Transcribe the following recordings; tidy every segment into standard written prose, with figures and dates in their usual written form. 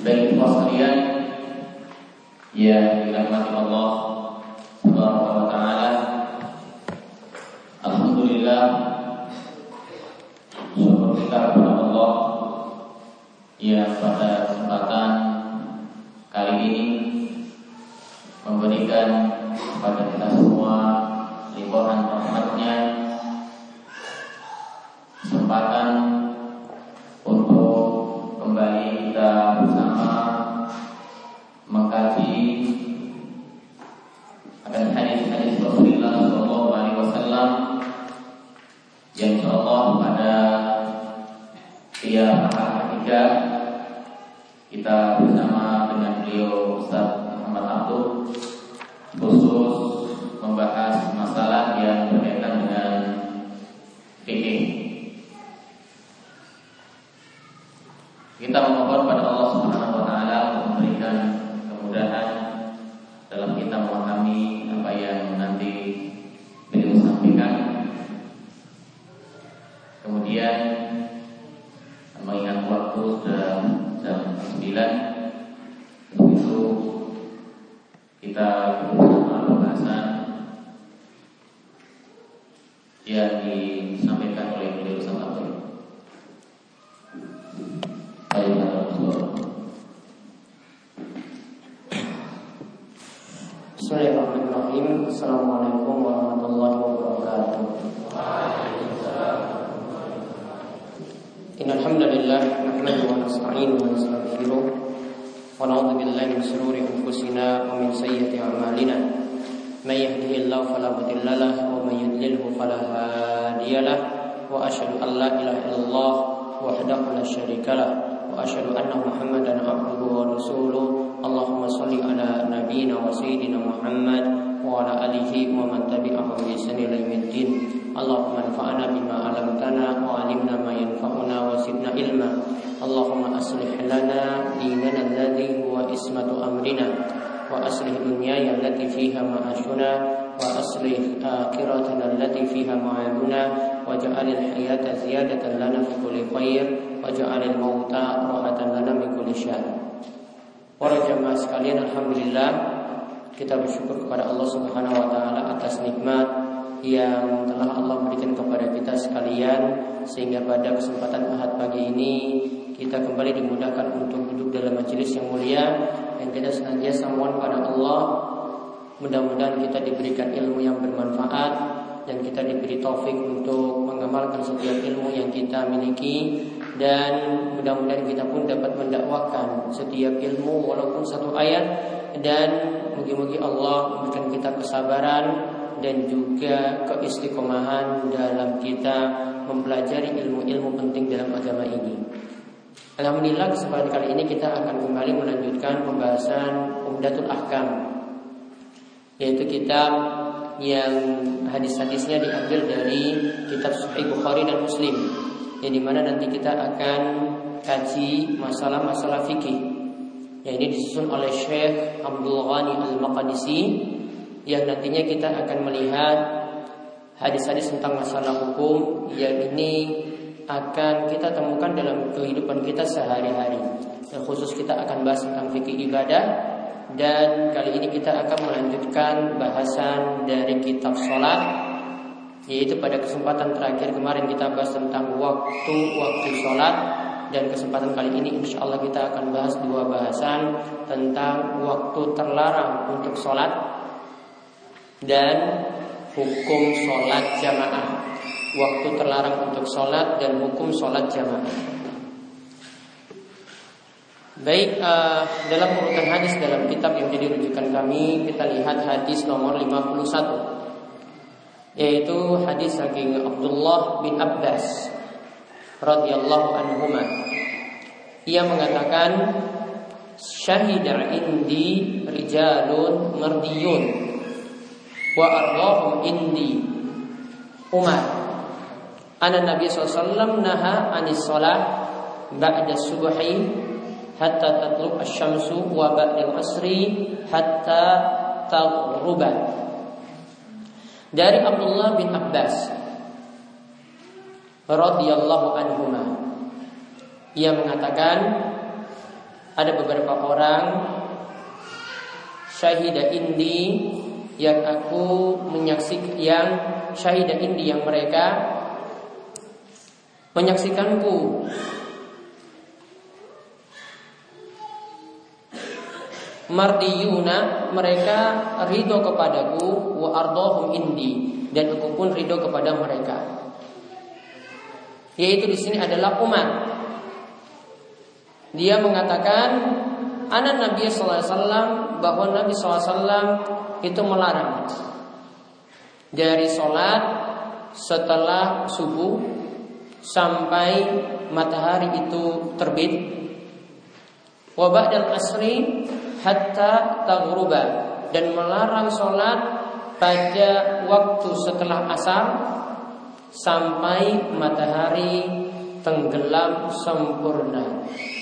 Baik ikhwah sekalian yang dirahmati Allah Subhanahu wa taala. Alhamdulillah, syukur kita kepada Allah yang pada kesempatan kali ini memberikan kepada kita semua limpahan rahmat-Nya, kesempatan untuk kembali kita bersama mengkaji akan hadis-hadis Rasulullah Sallallahu Alaihi Wasallam yang insyaallah pada tiap ketiga kita bersama dengan beliau Ustaz Muhammad Abdul khusus membahas masalah yang berkaitan dengan fikih. Kita memohon pada Allah Subhanahu wa taala untuk memberikan kemudahan dalam kita memahami apa yang nanti beliau sampaikan. Kemudian mengingat waktu sudah jam 9, untuk itu kita bersama pembahasan yang disampaikan oleh beliau Ustaz. Bismillahirrahmanirrahim. Assalamualaikum warahmatullahi wabarakatuh. Innal hamdalillah nahmaduhu wa nasta'inuhu wa nastaghfiruh wa na'udzu billahi min shururi anfusina wa min sayyiati a'malina. May yahdihillahu fala mudilla lahu wa may yudlilhu fala hadiya lahu. Wa asyhadu an la ilaha illallah wahdahu la syarika lahu wa asyhadu anna Muhammadan abduhu wa rasuluh. Allahumma shalli ala nabiyyina wa sayyidina Muhammad wa ala alihi wa man tabi'ahum bi ihsan ila yaumiddin. Allahumma anfa'na bima 'allamtana wa 'allimna ma yanfa'una wa zidna ilma. Allahumma aslih lana dinana alladhi huwa ismatu amrina wa aslih dunyaya allati fiha ma'ashuna wa aslih akhiratana allati fiha ma'aduna waj'alil hayata ziyadatan lana fi kulli khair waj'alil mauta rahatan lana min kulli syarr. Para jamaah sekalian, alhamdulillah kita bersyukur kepada Allah Subhanahu wa taala atas nikmat yang telah Allah berikan kepada kita sekalian, sehingga pada kesempatan Ahad pagi ini kita kembali dimudahkan untuk duduk dalam majelis yang mulia, dan kita senantiasa mohon pada Allah mudah-mudahan kita diberikan ilmu yang bermanfaat dan kita diberi taufik untuk mengamalkan setiap ilmu yang kita miliki, dan mudah-mudahan kita pun dapat mendakwakan setiap ilmu walaupun satu ayat, dan mugi-mugi Allah memberikan kita kesabaran dan juga keistiqomahan dalam kita mempelajari ilmu-ilmu penting dalam agama ini. Alhamdulillah, kesempatan kali ini kita akan kembali melanjutkan pembahasan Umdatul Ahkam, yaitu kitab yang hadis-hadisnya diambil dari kitab Sahih Bukhari dan Muslim, yang dimana nanti kita akan kaji masalah-masalah fikih, yang ini disusun oleh Syekh Abdul Ghani Al-Maqdisi, yang nantinya kita akan melihat hadis-hadis tentang masalah hukum yang ini akan kita temukan dalam kehidupan kita sehari-hari. Dan khusus kita akan bahas tentang fikih ibadah. Dan kali ini kita akan melanjutkan bahasan dari kitab sholat, yaitu pada kesempatan terakhir kemarin kita bahas tentang waktu sholat, dan kesempatan kali ini insya Allah kita akan bahas dua bahasan tentang waktu terlarang untuk sholat dan hukum sholat jamaah. Waktu terlarang untuk sholat dan hukum sholat jamaah. Baik, dalam urutan hadis dalam kitab yang jadi rujukan kami, kita lihat hadis nomor 51, yaitu hadis saking Abdullah bin Abbas radhiyallahu anhuma. Ia mengatakan, syahida indi rijalun mardiyun wa arwahum indi Umar anna Nabi sallallahu alaihi wasallam naha anis shalah ba'da subhi hatta tatluq asy-syamsu wa ba'da al-'asri hatta taghruba. Dari Abdullah bin Abbas radhiyallahu anhuma, ia mengatakan ada beberapa orang syahida indi yang aku menyaksikan, yang syahida indi yang mereka menyaksikanku, mardiyuna, mereka ridho kepadaku, wa ardhahum indi, dan aku pun ridho kepada mereka. Yaitu di sini adalah Umar. Dia mengatakan anak Nabi sallallahu alaihi wasallam, bahwa Nabi sallallahu alaihi wasallam itu melarang dari sholat setelah subuh sampai matahari itu terbit, wa ba'dal asri hatta taghruba, dan melarang sholat pada waktu setelah asar sampai matahari tenggelam sempurna.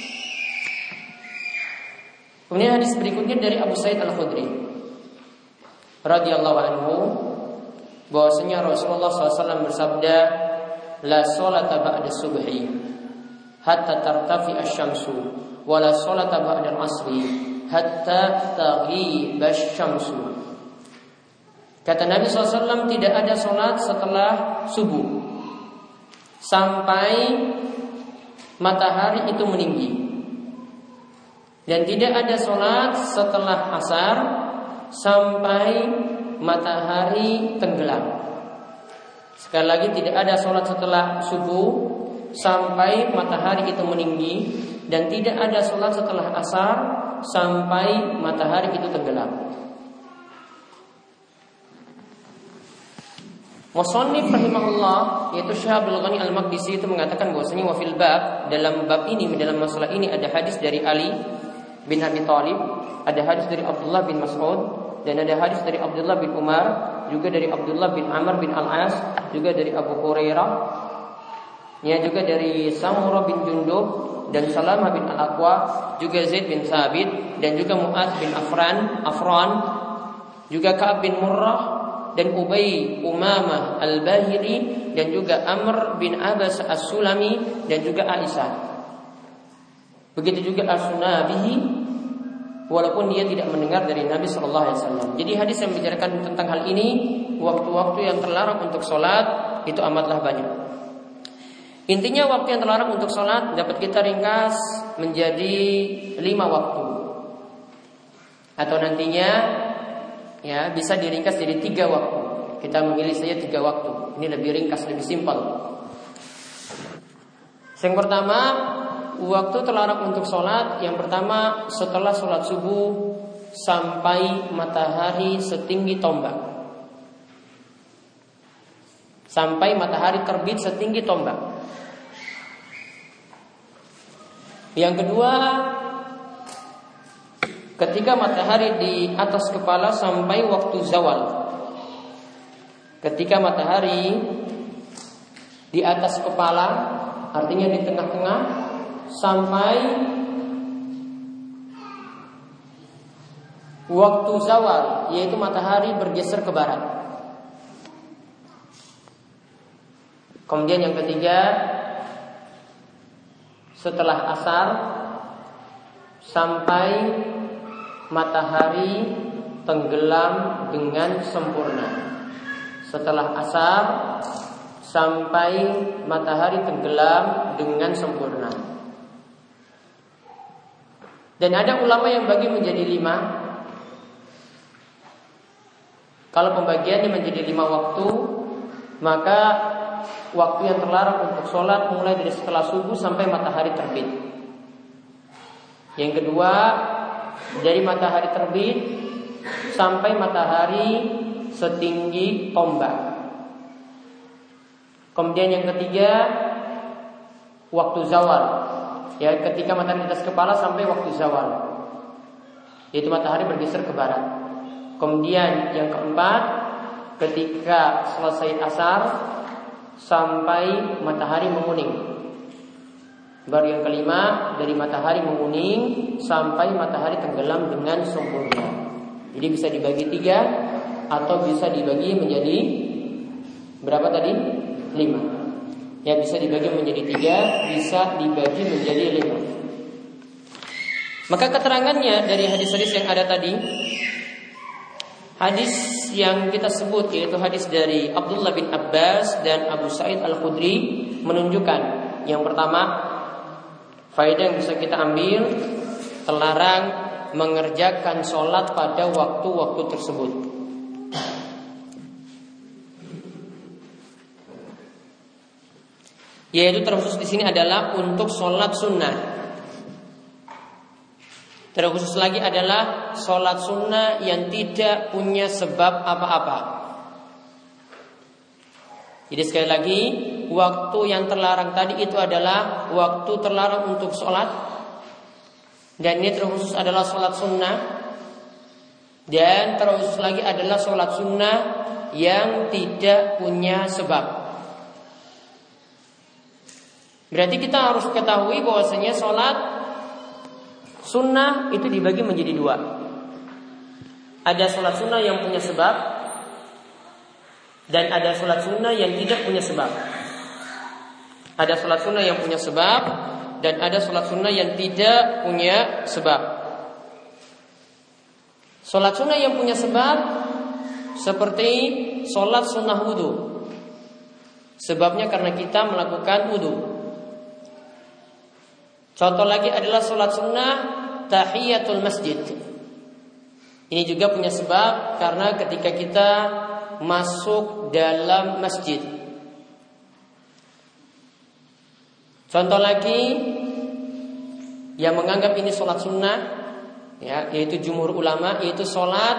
Kemudian hadis berikutnya dari Abu Sa'id Al-Khudri radhiyallahu anhu, bahwasanya Rasulullah SAW bersabda, la sholata ba'da subhi hatta tartafi asy-syamsu, wa la sholata ba'da al-'asri hatta taghiba asy-syamsu. Kata Nabi SAW, tidak ada sholat setelah subuh sampai matahari itu meninggi, dan tidak ada sholat setelah asar sampai matahari tenggelam. Sekali lagi, tidak ada sholat setelah subuh sampai matahari itu meninggi, dan tidak ada sholat setelah asar sampai matahari itu tenggelam. Musannif rahimahullah, yaitu Syekh Abdul Ghani Al-Maqdisi, itu mengatakan bahwasanya wa fil bab, dalam bab ini, dalam masalah ini ada hadis dari Ali bin Abi Thalib, ada hadis dari Abdullah bin Mas'ud, dan ada hadis dari Abdullah bin Umar, juga dari Abdullah bin Amr bin Al-As, juga dari Abu Hurairah, ya, juga dari Samurah bin Jundub dan Salamah bin Al-Aqwa, juga Zaid bin Thabit, dan juga Mu'adz bin Afran, juga Ka'ab bin Murrah, dan Ubay Umamah Al-Bahili, dan juga Amr bin Abbas As-Sulami, dan juga Aisyah. Begitu juga As-Sunabihi, walaupun dia tidak mendengar dari Nabi sallallahu alaihi wasallam. Jadi hadis yang membicarakan tentang hal ini, waktu-waktu yang terlarang untuk sholat itu amatlah banyak. Intinya waktu yang terlarang untuk sholat dapat kita ringkas menjadi 5 waktu, atau nantinya ya bisa diringkas jadi 3 waktu. Kita memilih saja 3 waktu. Ini lebih ringkas, lebih simpel. Yang pertama, waktu terlarang untuk sholat, yang pertama setelah sholat subuh sampai matahari setinggi tombak, sampai matahari terbit setinggi tombak. Yang kedua, ketika matahari di atas kepala sampai waktu zawal. Ketika matahari di atas kepala, artinya di tengah-tengah, sampai waktu zawal, yaitu matahari bergeser ke barat. Kemudian yang ketiga, setelah asar sampai matahari tenggelam dengan sempurna. Setelah asar sampai matahari tenggelam dengan sempurna. Dan ada ulama yang bagi menjadi 5. Kalau pembagiannya menjadi 5 waktu, maka waktu yang terlarang untuk sholat mulai dari setelah subuh sampai matahari terbit. Yang kedua, dari matahari terbit sampai matahari setinggi tombak. Kemudian yang ketiga, waktu zawal, ya, ketika matahari di atas kepala sampai waktu zawal, yaitu matahari bergeser ke barat. Kemudian yang keempat, ketika selesai asar sampai matahari menguning. Baru yang kelima, dari matahari menguning sampai matahari tenggelam dengan sempurna. Jadi bisa dibagi 3 atau bisa dibagi menjadi berapa tadi? 5. Ya, bisa dibagi menjadi 3, bisa dibagi menjadi 5. Maka keterangannya dari hadis-hadis yang ada tadi, hadis yang kita sebut yaitu hadis dari Abdullah bin Abbas dan Abu Sa'id Al-Khudri menunjukkan yang pertama, faedah yang bisa kita ambil, terlarang mengerjakan sholat pada waktu-waktu tersebut. Yaitu terkhusus di sini adalah untuk sholat sunnah. Terkhusus lagi adalah sholat sunnah yang tidak punya sebab apa-apa. Jadi sekali lagi, waktu yang terlarang tadi itu adalah waktu terlarang untuk sholat. Dan ini terkhusus adalah sholat sunnah. Dan terkhusus lagi adalah sholat sunnah yang tidak punya sebab. Berarti kita harus ketahui bahwasanya sholat sunnah itu dibagi menjadi dua. Ada sholat sunnah yang punya sebab, dan ada sholat sunnah yang tidak punya sebab. Ada sholat sunnah yang punya sebab, dan ada sholat sunnah yang tidak punya sebab. Sholat sunnah yang punya sebab seperti sholat sunnah wudu. Sebabnya karena kita melakukan wudu. Contoh lagi adalah sholat sunnah tahiyatul masjid. Ini juga punya sebab karena ketika kita masuk dalam masjid. Contoh lagi yang menganggap ini sholat sunnah, ya, yaitu jumhur ulama, yaitu sholat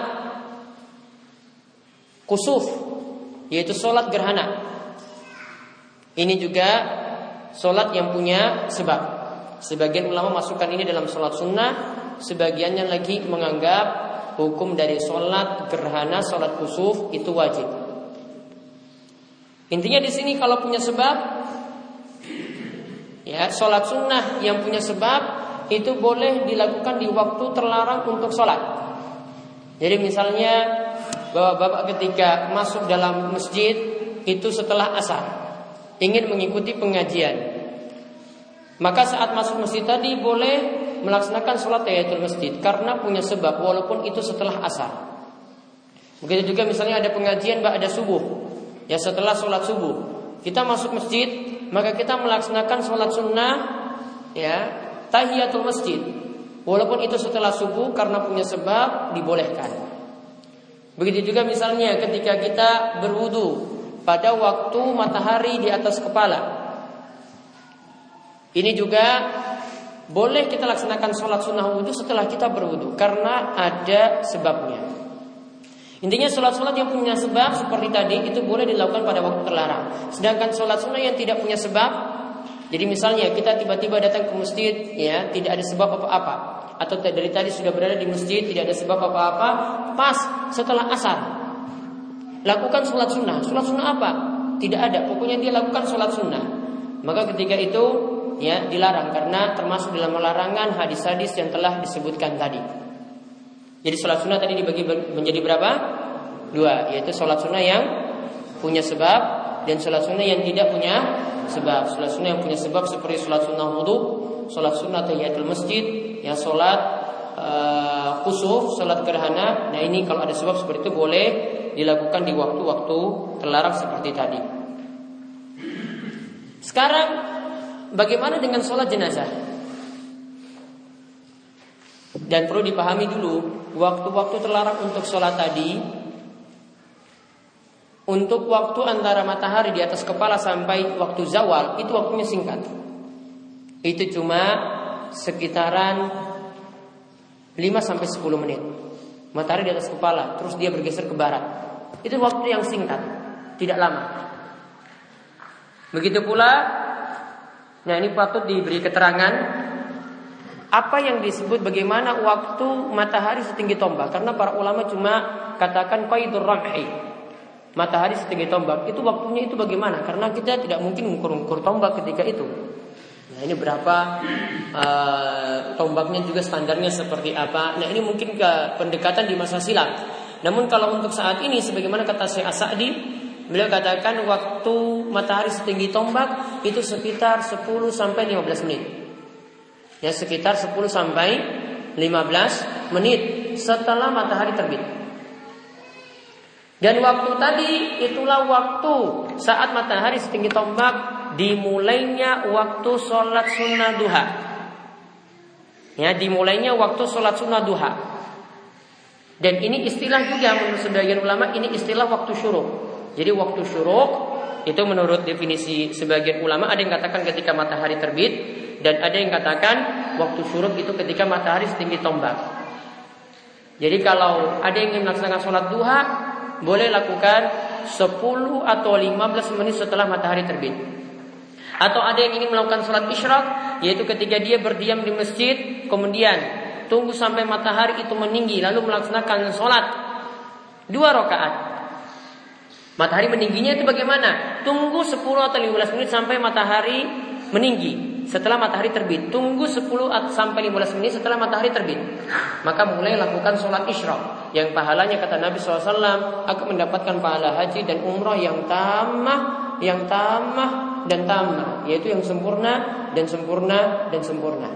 kusuf, yaitu sholat gerhana. Ini juga sholat yang punya sebab. Sebagian ulama masukkan ini dalam sholat sunnah, sebagiannya lagi menganggap hukum dari sholat gerhana, sholat kusuf itu wajib. Intinya di sini kalau punya sebab, ya, sholat sunnah yang punya sebab itu boleh dilakukan di waktu terlarang untuk sholat. Jadi misalnya bapak-bapak ketika masuk dalam masjid itu setelah asar, ingin mengikuti pengajian, maka saat masuk masjid tadi boleh melaksanakan sholat tahiyatul masjid karena punya sebab, walaupun itu setelah asar. Begitu juga misalnya ada pengajian ba'da subuh, ya setelah sholat subuh kita masuk masjid, maka kita melaksanakan sholat sunnah, ya tahiyatul masjid, walaupun itu setelah subuh karena punya sebab, dibolehkan. Begitu juga misalnya ketika kita berwudu pada waktu matahari di atas kepala, ini juga boleh kita laksanakan sholat sunnah wudu setelah kita berwudu karena ada sebabnya. Intinya sholat-sholat yang punya sebab seperti tadi itu boleh dilakukan pada waktu terlarang. Sedangkan sholat sunnah yang tidak punya sebab, jadi misalnya kita tiba-tiba datang ke masjid, ya tidak ada sebab apa-apa, atau dari tadi sudah berada di masjid tidak ada sebab apa-apa, pas setelah asar lakukan sholat sunnah. Sholat sunnah apa? Tidak ada, pokoknya dia lakukan sholat sunnah. Maka ketika itu, ya dilarang karena termasuk dalam larangan hadis-hadis yang telah disebutkan tadi. Jadi sholat sunnah tadi dibagi menjadi berapa? Dua, yaitu sholat sunnah yang punya sebab dan sholat sunnah yang tidak punya sebab. Sholat sunnah yang punya sebab seperti sholat sunnah wudu, sholat sunnah tahiyatul masjid, ya sholat kusuf, sholat gerhana. Nah ini kalau ada sebab seperti itu boleh dilakukan di waktu-waktu terlarang seperti tadi. Sekarang bagaimana dengan sholat jenazah? Dan perlu dipahami dulu, waktu-waktu terlarang untuk sholat tadi, untuk waktu antara matahari di atas kepala sampai waktu zawal, itu waktunya singkat. Itu cuma sekitaran 5-10 menit. Matahari di atas kepala, terus dia bergeser ke barat. Itu waktu yang singkat, tidak lama. Begitu pula, nah ini patut diberi keterangan apa yang disebut bagaimana waktu matahari setinggi tombak. Karena para ulama cuma katakan qaidur ramhi, matahari setinggi tombak. Itu waktunya itu bagaimana? Karena kita tidak mungkin mengukur tombak ketika itu. Nah ini berapa tombaknya juga standarnya seperti apa. Nah ini mungkin ke pendekatan di masa silam. Namun kalau untuk saat ini sebagaimana kata Syekh As-Sa'di, beliau katakan waktu matahari setinggi tombak itu sekitar 10-15 menit. Ya sekitar 10-15 15 menit setelah matahari terbit. Dan waktu tadi itulah waktu saat matahari setinggi tombak, dimulainya waktu sholat sunnah duha. Ya, dimulainya waktu sholat sunnah duha. Dan ini istilah juga menurut sebagian ulama, ini istilah waktu syuruk. Jadi waktu syuruk itu menurut definisi sebagian ulama, ada yang katakan ketika matahari terbit, dan ada yang katakan waktu syuruk itu ketika matahari setinggi tombak. Jadi kalau ada yang ingin melaksanakan sholat duha, boleh lakukan 10 atau 15 menit setelah matahari terbit. Atau ada yang ingin melakukan sholat isyraq, yaitu ketika dia berdiam di masjid, kemudian tunggu sampai matahari itu meninggi, lalu melaksanakan sholat 2 rakaat. Matahari meningginya itu bagaimana? Tunggu 10 atau 15 menit sampai matahari meninggi. Setelah matahari terbit, tunggu 10 sampai 15 menit setelah matahari terbit. Maka mulai lakukan sholat isyraq, yang pahalanya kata Nabi SAW akan mendapatkan pahala haji dan umrah yang tamah, dan tamah, yaitu yang sempurna dan sempurna dan sempurna.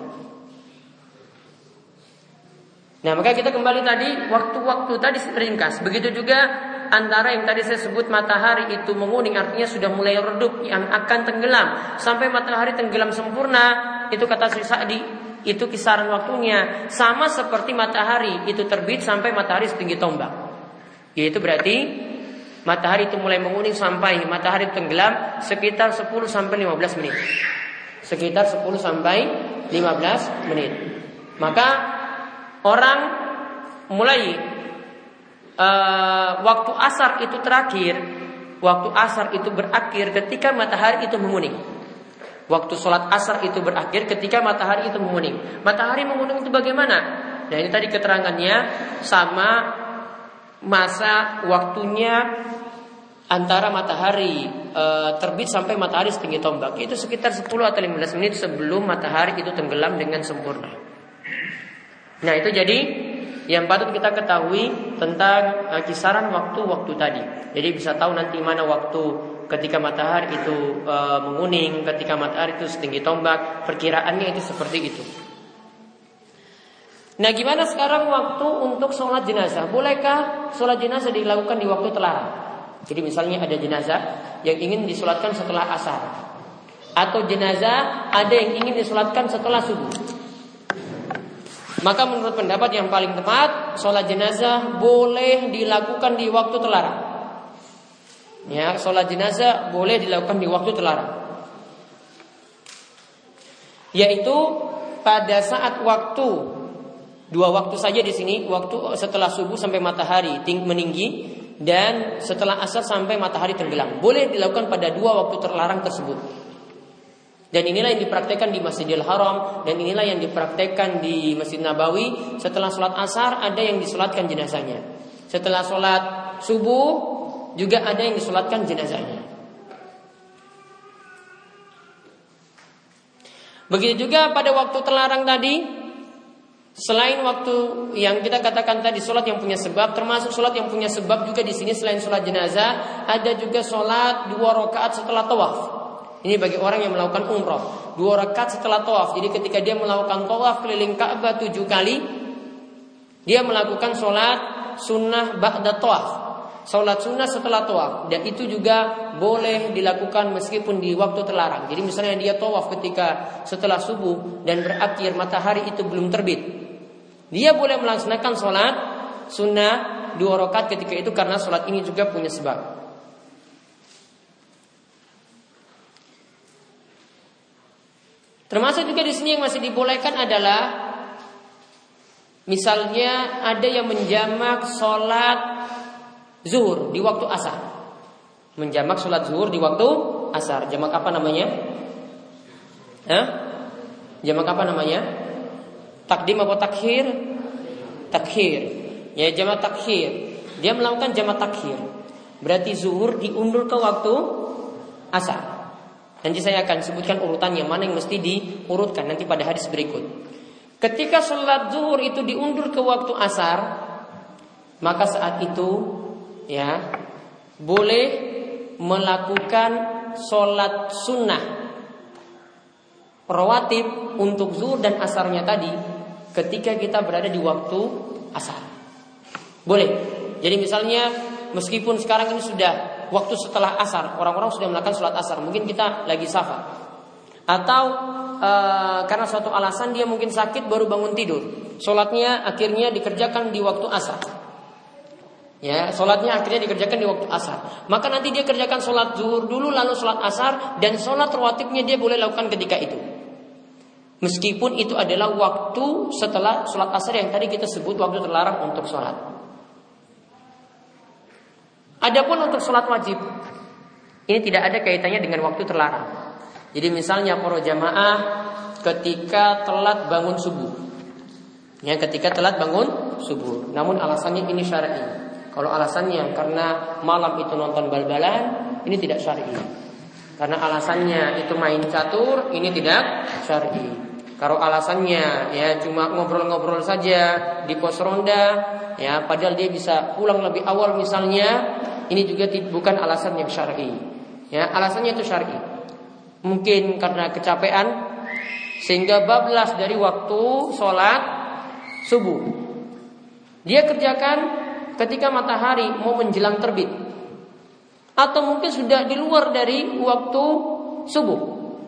Nah, maka kita kembali tadi, waktu-waktu tadi ringkas. Begitu juga antara yang tadi saya sebut matahari itu menguning, artinya sudah mulai redup, yang akan tenggelam sampai matahari tenggelam sempurna, itu kata Syekh Sa'di, itu kisaran waktunya sama seperti matahari itu terbit sampai matahari setinggi tombak. Yaitu berarti matahari itu mulai menguning sampai matahari tenggelam sekitar 10 sampai 15 menit. Sekitar 10 sampai 15 menit. Maka orang mulai waktu asar itu terakhir, waktu asar itu berakhir ketika matahari itu menguning. Waktu sholat asar itu berakhir ketika matahari itu menguning. Matahari menguning itu bagaimana? Nah, ini tadi keterangannya sama masa waktunya antara matahari terbit sampai matahari setinggi tombak, itu sekitar 10 atau 15 menit sebelum matahari itu tenggelam dengan sempurna. Nah, itu jadi yang patut kita ketahui tentang kisaran waktu-waktu tadi. Jadi bisa tahu nanti mana waktu ketika matahari itu menguning, ketika matahari itu setinggi tombak, perkiraannya itu seperti itu. Nah, gimana sekarang waktu untuk sholat jenazah? Bolehkah sholat jenazah dilakukan di waktu terlarang? Jadi misalnya ada jenazah yang ingin disolatkan setelah asar, atau jenazah ada yang ingin disolatkan setelah subuh. Maka menurut pendapat yang paling tepat, sholat jenazah boleh dilakukan di waktu terlarang. Ya, sholat jenazah boleh dilakukan di waktu terlarang, yaitu pada saat waktu, 2 waktu saja di sini, waktu setelah subuh sampai matahari meninggi, dan setelah asar sampai matahari tenggelam. Boleh dilakukan pada 2 waktu terlarang tersebut. Dan inilah yang dipraktekkan di Masjidil Haram, dan inilah yang dipraktekkan di Masjid Nabawi. Setelah sholat asar ada yang disolatkan jenazahnya. Setelah sholat subuh juga ada yang disolatkan jenazahnya. Begitu juga pada waktu terlarang tadi, selain waktu yang kita katakan tadi sholat yang punya sebab, termasuk sholat yang punya sebab juga di sini selain sholat jenazah, ada juga sholat 2 rakaat setelah tawaf. Ini bagi orang yang melakukan umrah, 2 rakaat setelah tawaf. Jadi ketika dia melakukan tawaf keliling Ka'bah 7 kali, dia melakukan sholat sunnah ba'da tawaf, sholat sunnah setelah tawaf. Dan itu juga boleh dilakukan meskipun di waktu terlarang. Jadi misalnya dia tawaf ketika setelah subuh dan berakhir matahari itu belum terbit, dia boleh melaksanakan sholat sunnah 2 rakaat ketika itu, karena sholat ini juga punya sebab. Termasuk juga di sini yang masih dibolehkan adalah misalnya ada yang menjamak sholat zuhur di waktu asar. Menjamak sholat zuhur di waktu asar. Jamak apa namanya? Jamak apa namanya? Takdim atau takhir? Takhir. Ya, jamak takhir. Dia melakukan jamak takhir. Berarti zuhur diundur ke waktu asar. Nanti saya akan sebutkan urutannya, mana yang mesti diurutkan nanti pada hadis berikut. Ketika sholat zuhur itu diundur ke waktu asar, maka saat itu ya boleh melakukan sholat sunnah rawatib untuk zuhur dan asarnya tadi ketika kita berada di waktu asar. Boleh. Jadi misalnya meskipun sekarang ini sudah waktu setelah asar, orang-orang sudah melakukan sholat asar, mungkin kita lagi safar, atau karena suatu alasan dia mungkin sakit baru bangun tidur, sholatnya akhirnya dikerjakan di waktu asar. Ya, sholatnya akhirnya dikerjakan di waktu asar. Maka nanti dia kerjakan sholat zuhur dulu, lalu sholat asar, dan sholat rawatibnya dia boleh lakukan ketika itu. Meskipun itu adalah waktu setelah sholat asar yang tadi kita sebut waktu terlarang untuk sholat. Adapun untuk sholat wajib, ini tidak ada kaitannya dengan waktu terlarang. Jadi misalnya para jamaah ketika telat bangun subuh, ya ketika telat bangun subuh, namun alasannya ini syar'i. Kalau alasannya karena malam itu nonton bal-balan, ini tidak syar'i. Karena alasannya itu main catur, ini tidak syar'i. Kalau alasannya ya cuma ngobrol-ngobrol saja di pos ronda, ya padahal dia bisa pulang lebih awal misalnya, ini juga bukan alasan yang syar'i. Ya, alasannya itu syar'i. Mungkin karena kecapean sehingga bablas dari waktu sholat subuh. Dia kerjakan ketika matahari mau menjelang terbit, atau mungkin sudah di luar dari waktu subuh.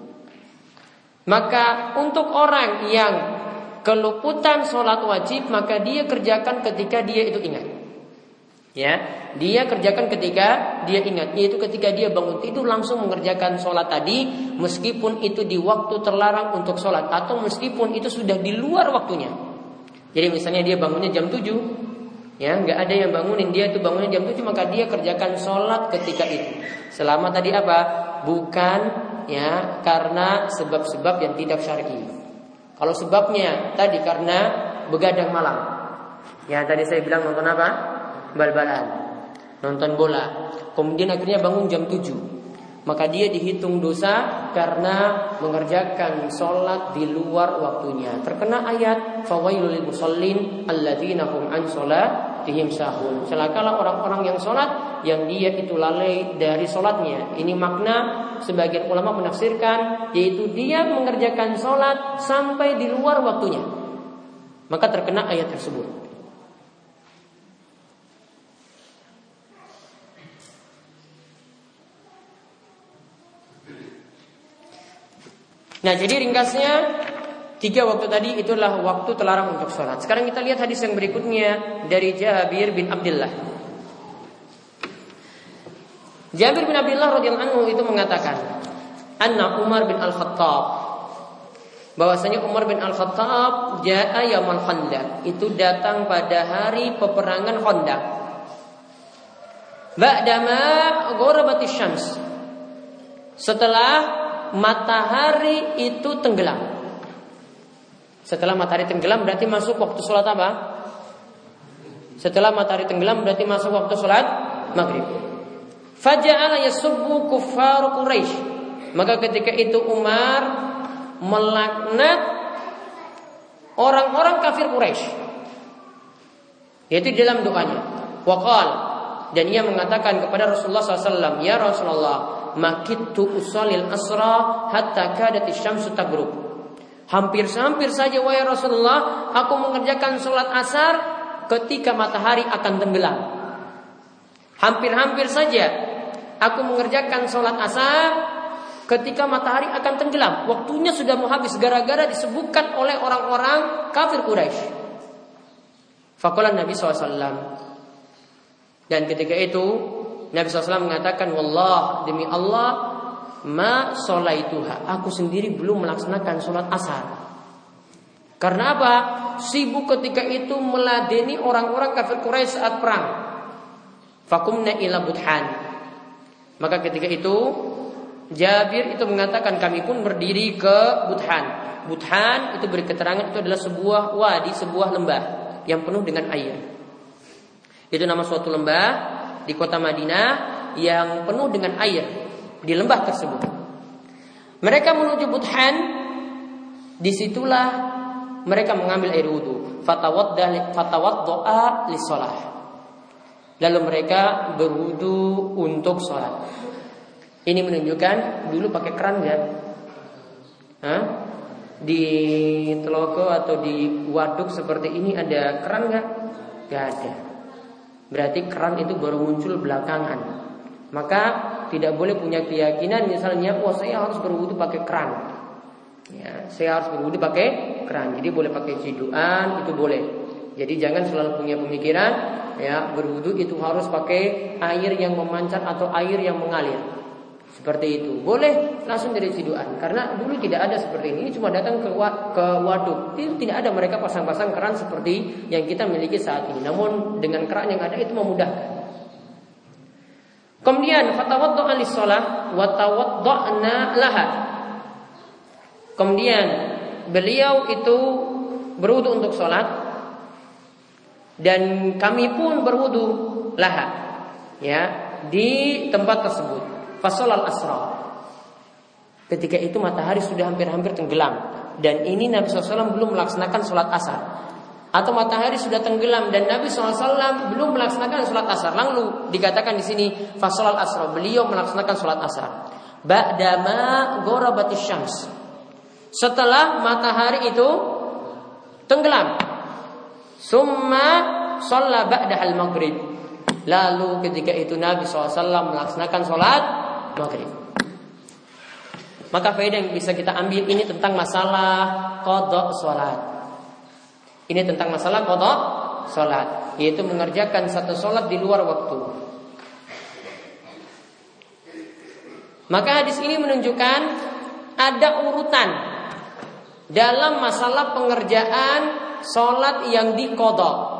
Maka untuk orang yang keluputan sholat wajib, maka dia kerjakan ketika dia itu ingat. Ya, dia kerjakan ketika dia ingat, yaitu ketika dia bangun tidur langsung mengerjakan sholat tadi, meskipun itu di waktu terlarang untuk sholat, atau meskipun itu sudah di luar waktunya. Jadi misalnya dia bangunnya jam 7, ya nggak ada yang bangunin dia, itu bangunnya jam 7, maka dia kerjakan sholat ketika itu. Selama tadi apa? Bukan ya karena sebab-sebab yang tidak syar'i. Kalau sebabnya tadi karena begadang malam, ya tadi saya bilang nonton apa? Bal-balan, nonton bola, kemudian akhirnya bangun jam 7, maka dia dihitung dosa karena mengerjakan sholat di luar waktunya. Terkena ayat fawailul lil musallin alladzina hum an sholatihim sahun. Celakalah orang-orang yang sholat yang dia itu lalai dari sholatnya. Ini makna sebagian ulama menafsirkan, yaitu dia mengerjakan sholat sampai di luar waktunya, maka terkena ayat tersebut. Nah, jadi ringkasnya 3 waktu tadi itulah waktu terlarang untuk sholat. Sekarang kita lihat hadis yang berikutnya dari Jabir bin Abdullah. Jabir bin Abdullah radhiyallahu anhu itu mengatakan, anna Umar bin Al-Khattab, bahwasanya Umar bin Al-Khattab jaa yaumul Khandaq, itu datang pada hari peperangan Khandaq. Ba'dama gharabatis syams, setelah matahari itu tenggelam. Setelah matahari tenggelam berarti masuk waktu sholat apa? Setelah matahari tenggelam berarti masuk waktu sholat maghrib. Faja'ala yasubbu kuffar Quraisy, maka ketika itu Umar melaknat orang-orang kafir Quraisy, yaitu di dalam doanya. Waqal, dan ia mengatakan kepada Rasulullah SAW, ya Rasulullah, makittu usolil asra hatta kadatis syamsu tagrub. Hampir saja wahai Rasulullah, aku mengerjakan sholat asar ketika matahari akan tenggelam. Hampir saja aku mengerjakan sholat asar ketika matahari akan tenggelam. Waktunya sudah mau habis gara-gara disebutkan oleh orang-orang kafir Quraisy. Faqala Nabi SAW, dan ketika itu Nabi SAW mengatakan, wallah, demi Allah, ma sholaituha, aku sendiri belum melaksanakan sholat asar. Karena apa? Sibuk ketika itu meladeni orang-orang kafir Quraisy saat perang. Fakumna ila Budhan, maka ketika itu Jabir itu mengatakan, kami pun berdiri ke Budhan. Budhan itu beri keterangan itu adalah sebuah wadi, sebuah lembah yang penuh dengan air. Itu nama suatu lembah di kota Madinah yang penuh dengan air di lembah tersebut. Mereka menuju Budhan, disitulah mereka mengambil air wudu. Fatawaddoa lissolah, lalu mereka berwudu untuk sholat. Ini menunjukkan dulu pakai keran ya? di telaga atau di waduk seperti ini ada keran nggak? Nggak ada. Berarti keran itu baru muncul belakangan. Maka tidak boleh punya keyakinan misalnya, saya harus berwudu pakai keran. Ya, saya harus berwudu pakai keran. Jadi boleh pakai ciduan, itu boleh. Jadi jangan selalu punya pemikiran, ya berwudu itu harus pakai air yang memancar atau air yang mengalir. Seperti itu. Boleh langsung dari ciduan. Karena dulu tidak ada seperti ini. Ini cuma datang ke waduk. Itu tidak ada mereka pasang-pasang keran seperti yang kita miliki saat ini. Namun dengan keran yang ada itu memudahkan. Kemudian fatawaddu'a lis-shalah wa tawadda'na laha. Kemudian beliau itu berwudu untuk sholat dan kami pun berwudu laha, ya, di tempat tersebut. Fasholal asra. Ketika itu matahari sudah hampir-hampir tenggelam dan ini Nabi SAW belum melaksanakan sholat asar. Atau matahari sudah tenggelam dan Nabi SAW belum melaksanakan sholat asar. Lalu dikatakan di sini fasholal asra, beliau melaksanakan sholat asar. Ba'dama gharabatis syams. Setelah matahari itu tenggelam. Summa shalla ba'dahal maghrib. Lalu ketika itu Nabi SAW melaksanakan sholat maghrib. Maka faedah yang bisa kita ambil ini tentang masalah qada sholat. Ini tentang masalah qada sholat, yaitu mengerjakan satu sholat di luar waktu. Maka hadis ini menunjukkan ada urutan dalam masalah pengerjaan sholat yang diqada.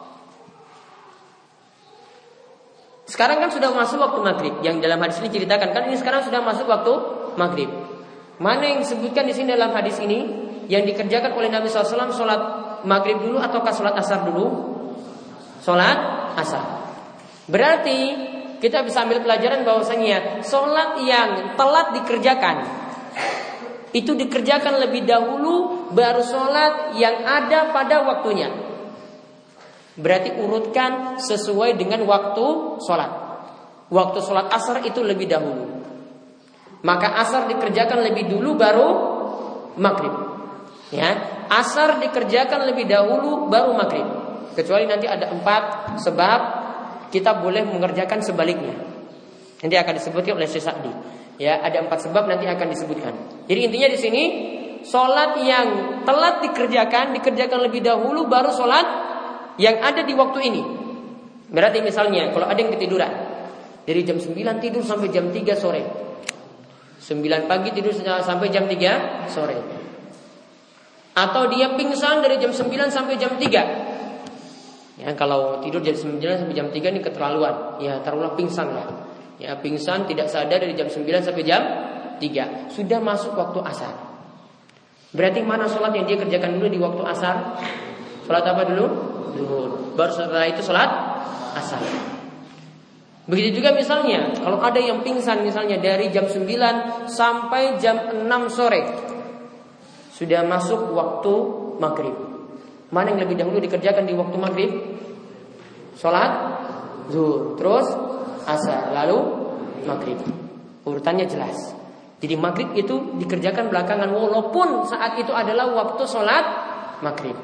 Sekarang kan sudah masuk waktu maghrib. Yang dalam hadis ini ceritakan kan ini sekarang sudah masuk waktu maghrib. Mana yang disebutkan di sini dalam hadis ini yang dikerjakan oleh Nabi SAW sholat maghrib dulu ataukah sholat asar dulu? Sholat asar. Berarti kita bisa ambil pelajaran bahwasanya sholat yang telat dikerjakan itu dikerjakan lebih dahulu baru sholat yang ada pada waktunya. Berarti urutkan sesuai dengan waktu sholat. Waktu sholat asar itu lebih dahulu. Maka asar dikerjakan lebih dulu baru maghrib. Ya, asar dikerjakan lebih dahulu baru maghrib. Kecuali nanti ada 4 sebab kita boleh mengerjakan sebaliknya. Nanti akan disebutkan oleh Syekh Sa'di. Ya, ada 4 sebab nanti akan disebutkan. Jadi intinya di sini sholat yang telat dikerjakan lebih dahulu baru sholat yang ada di waktu ini. Berarti misalnya kalau ada yang ketiduran dari jam 9 tidur sampai jam 3 sore, 9 pagi tidur sampai jam 3 sore, atau dia pingsan dari jam 9 sampai jam 3. Ya, kalau tidur jam 9 sampai jam 3 ini keterlaluan. Ya, taruhlah pingsan lah. Ya, pingsan tidak sadar dari jam 9 sampai jam 3. Sudah masuk waktu asar. Berarti mana sholat yang dia kerjakan dulu di waktu asar? Sholat apa dulu? Zuhur. Baru setelah itu sholat asar. Begitu juga misalnya kalau ada yang pingsan misalnya dari jam 9 sampai jam 6 sore, sudah masuk waktu maghrib. Mana yang lebih dahulu dikerjakan di waktu maghrib? Sholat zuhur, terus asar, lalu maghrib. Urutannya jelas. Jadi maghrib itu dikerjakan belakangan walaupun saat itu adalah waktu sholat maghrib.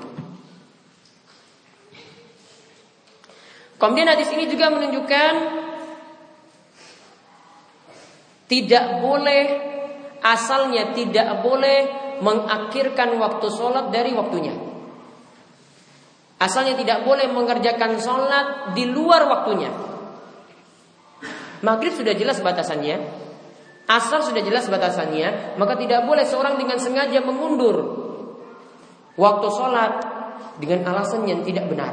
Kemudian hadis ini juga menunjukkan tidak boleh, asalnya tidak boleh mengakhirkan waktu sholat dari waktunya. Asalnya tidak boleh mengerjakan sholat di luar waktunya. Maghrib sudah jelas batasannya, asar sudah jelas batasannya, maka tidak boleh seorang dengan sengaja mengundur waktu sholat dengan alasan yang tidak benar.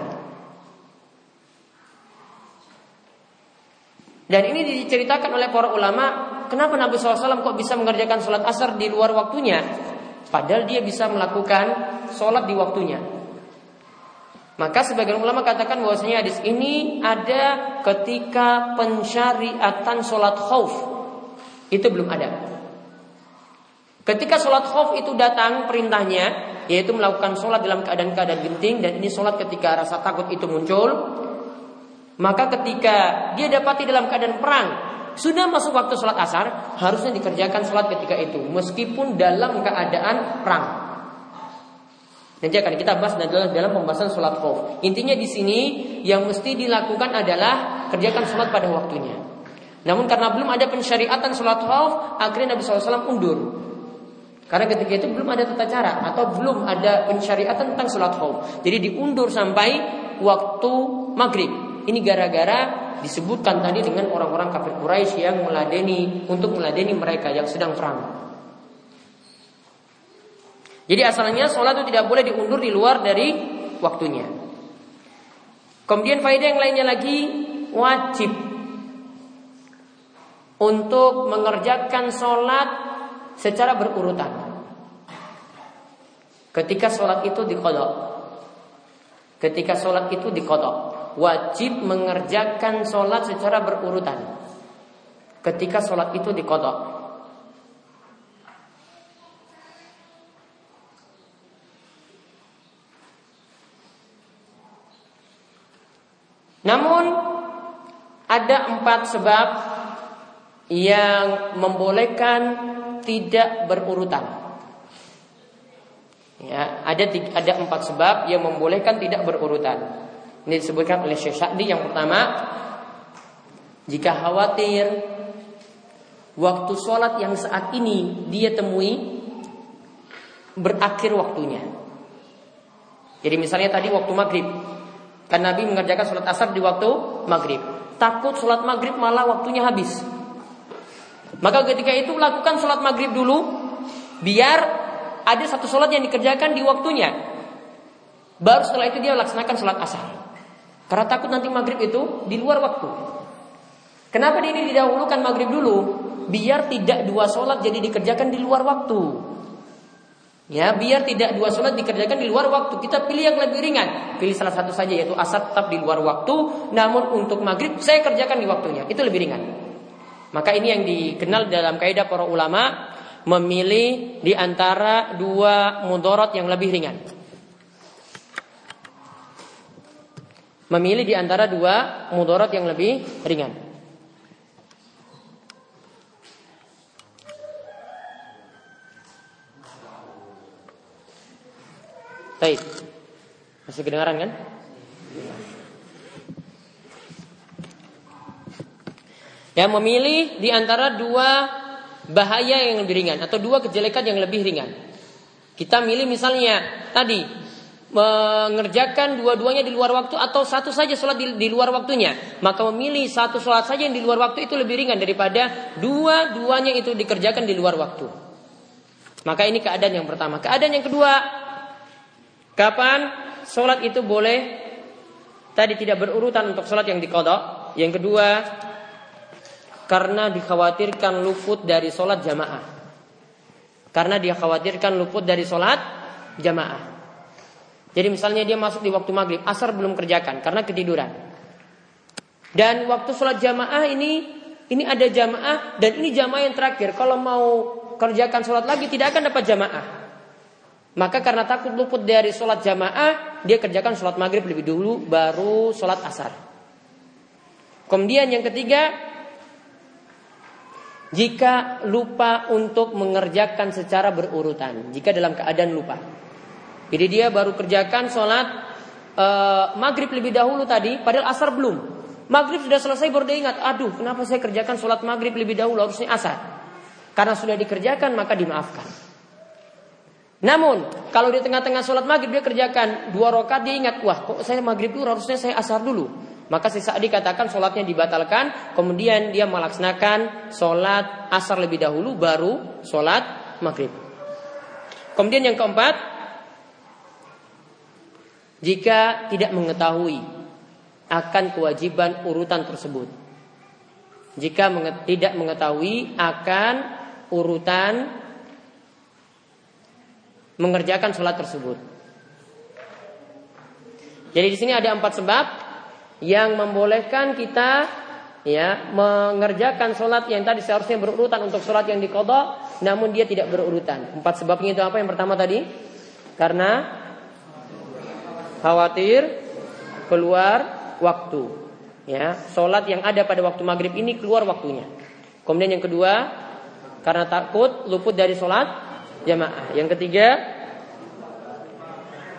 Dan ini diceritakan oleh para ulama, kenapa Nabi SAW kok bisa mengerjakan sholat asar di luar waktunya, padahal dia bisa melakukan sholat di waktunya. Maka sebagian ulama katakan bahwasanya hadis ini ada ketika pensyariatan sholat khauf itu belum ada. Ketika sholat khauf itu datang perintahnya, yaitu melakukan sholat dalam keadaan genting, dan ini sholat ketika rasa takut itu muncul. Maka ketika dia dapati dalam keadaan perang, sudah masuk waktu sholat asar, harusnya dikerjakan sholat ketika itu, meskipun dalam keadaan perang. Nanti akan kita bahas dalam pembahasan sholat khauf. Intinya di sini yang mesti dilakukan adalah kerjakan sholat pada waktunya. Namun karena belum ada pensyariatan sholat khauf, akhirnya Nabi SAW undur. Karena ketika itu belum ada tata cara atau belum ada pensyariatan tentang sholat khauf. Jadi diundur sampai waktu maghrib. Ini gara-gara disebutkan tadi dengan orang-orang kafir Quraisy yang meladeni mereka yang sedang perang. Jadi asalnya sholat itu tidak boleh diundur di luar dari waktunya. Kemudian faedah yang lainnya lagi, wajib untuk mengerjakan sholat secara berurutan. Ketika sholat itu diqadha, wajib mengerjakan sholat secara berurutan. Ketika sholat itu diqadha. Namun ada 4 sebab yang membolehkan tidak berurutan. Ya, ada 4 sebab yang membolehkan tidak berurutan. Ini disebutkan oleh Syekh Sa'di. Yang pertama, jika khawatir waktu sholat yang saat ini dia temui berakhir waktunya. Jadi misalnya tadi waktu maghrib, kan Nabi mengerjakan sholat asar di waktu maghrib. Takut sholat maghrib malah waktunya habis. Maka ketika itu lakukan sholat maghrib dulu, biar ada satu sholat yang dikerjakan di waktunya. Baru setelah itu dia laksanakan sholat asar. Karena takut nanti maghrib itu di luar waktu. Kenapa ini didahulukan maghrib dulu? Biar tidak 2 sholat jadi dikerjakan di luar waktu. Ya, biar tidak 2 sholat dikerjakan di luar waktu. Kita pilih yang lebih ringan. Pilih salah satu saja, yaitu asar tetap di luar waktu. Namun untuk maghrib saya kerjakan di waktunya. Itu lebih ringan. Maka ini yang dikenal dalam kaidah para ulama, memilih di antara 2 mudarat yang lebih ringan. Memilih di antara 2 mudarat yang lebih ringan. Baik. Masih kedengaran kan? Ya, memilih di antara 2 bahaya yang lebih ringan atau 2 kejelekan yang lebih ringan. Kita milih misalnya tadi mengerjakan dua-duanya di luar waktu atau satu saja sholat di luar waktunya. Maka memilih satu sholat saja yang di luar waktu itu lebih ringan daripada dua-duanya itu dikerjakan di luar waktu. Maka ini keadaan yang pertama. Keadaan yang kedua, kapan sholat itu boleh tadi tidak berurutan untuk sholat yang diqadha. Yang kedua, karena dikhawatirkan luput dari sholat jamaah. Karena dia khawatirkan luput dari sholat jamaah. Jadi misalnya dia masuk di waktu maghrib, asar belum kerjakan karena ketiduran. Dan waktu sholat jamaah ini ada jamaah dan ini jamaah yang terakhir. Kalau mau kerjakan sholat lagi tidak akan dapat jamaah. Maka karena takut luput dari sholat jamaah, dia kerjakan sholat maghrib lebih dulu, baru sholat asar. Kemudian yang ketiga, jika lupa untuk mengerjakan secara berurutan. Jika dalam keadaan lupa. Jadi dia baru kerjakan sholat maghrib lebih dahulu tadi, padahal asar belum. Maghrib sudah selesai baru dia ingat, aduh kenapa saya kerjakan sholat maghrib lebih dahulu, harusnya asar. Karena sudah dikerjakan maka dimaafkan. Namun kalau di tengah-tengah sholat maghrib dia kerjakan 2 rakaat, dia ingat, wah kok saya maghrib dulu, harusnya saya asar dulu. Maka sesaat dikatakan sholatnya dibatalkan, kemudian dia melaksanakan sholat asar lebih dahulu, baru sholat maghrib. Kemudian yang keempat, jika tidak mengetahui akan kewajiban urutan tersebut. Jika tidak mengetahui akan urutan mengerjakan sholat tersebut. Jadi di sini ada 4 sebab yang membolehkan kita mengerjakan sholat yang tadi seharusnya berurutan untuk sholat yang diqadha, namun dia tidak berurutan. 4 sebabnya itu apa? Yang pertama tadi, karena khawatir keluar waktu. Ya, sholat yang ada pada waktu maghrib ini keluar waktunya. Kemudian yang kedua, karena takut luput dari sholat jamaah. Yang ketiga,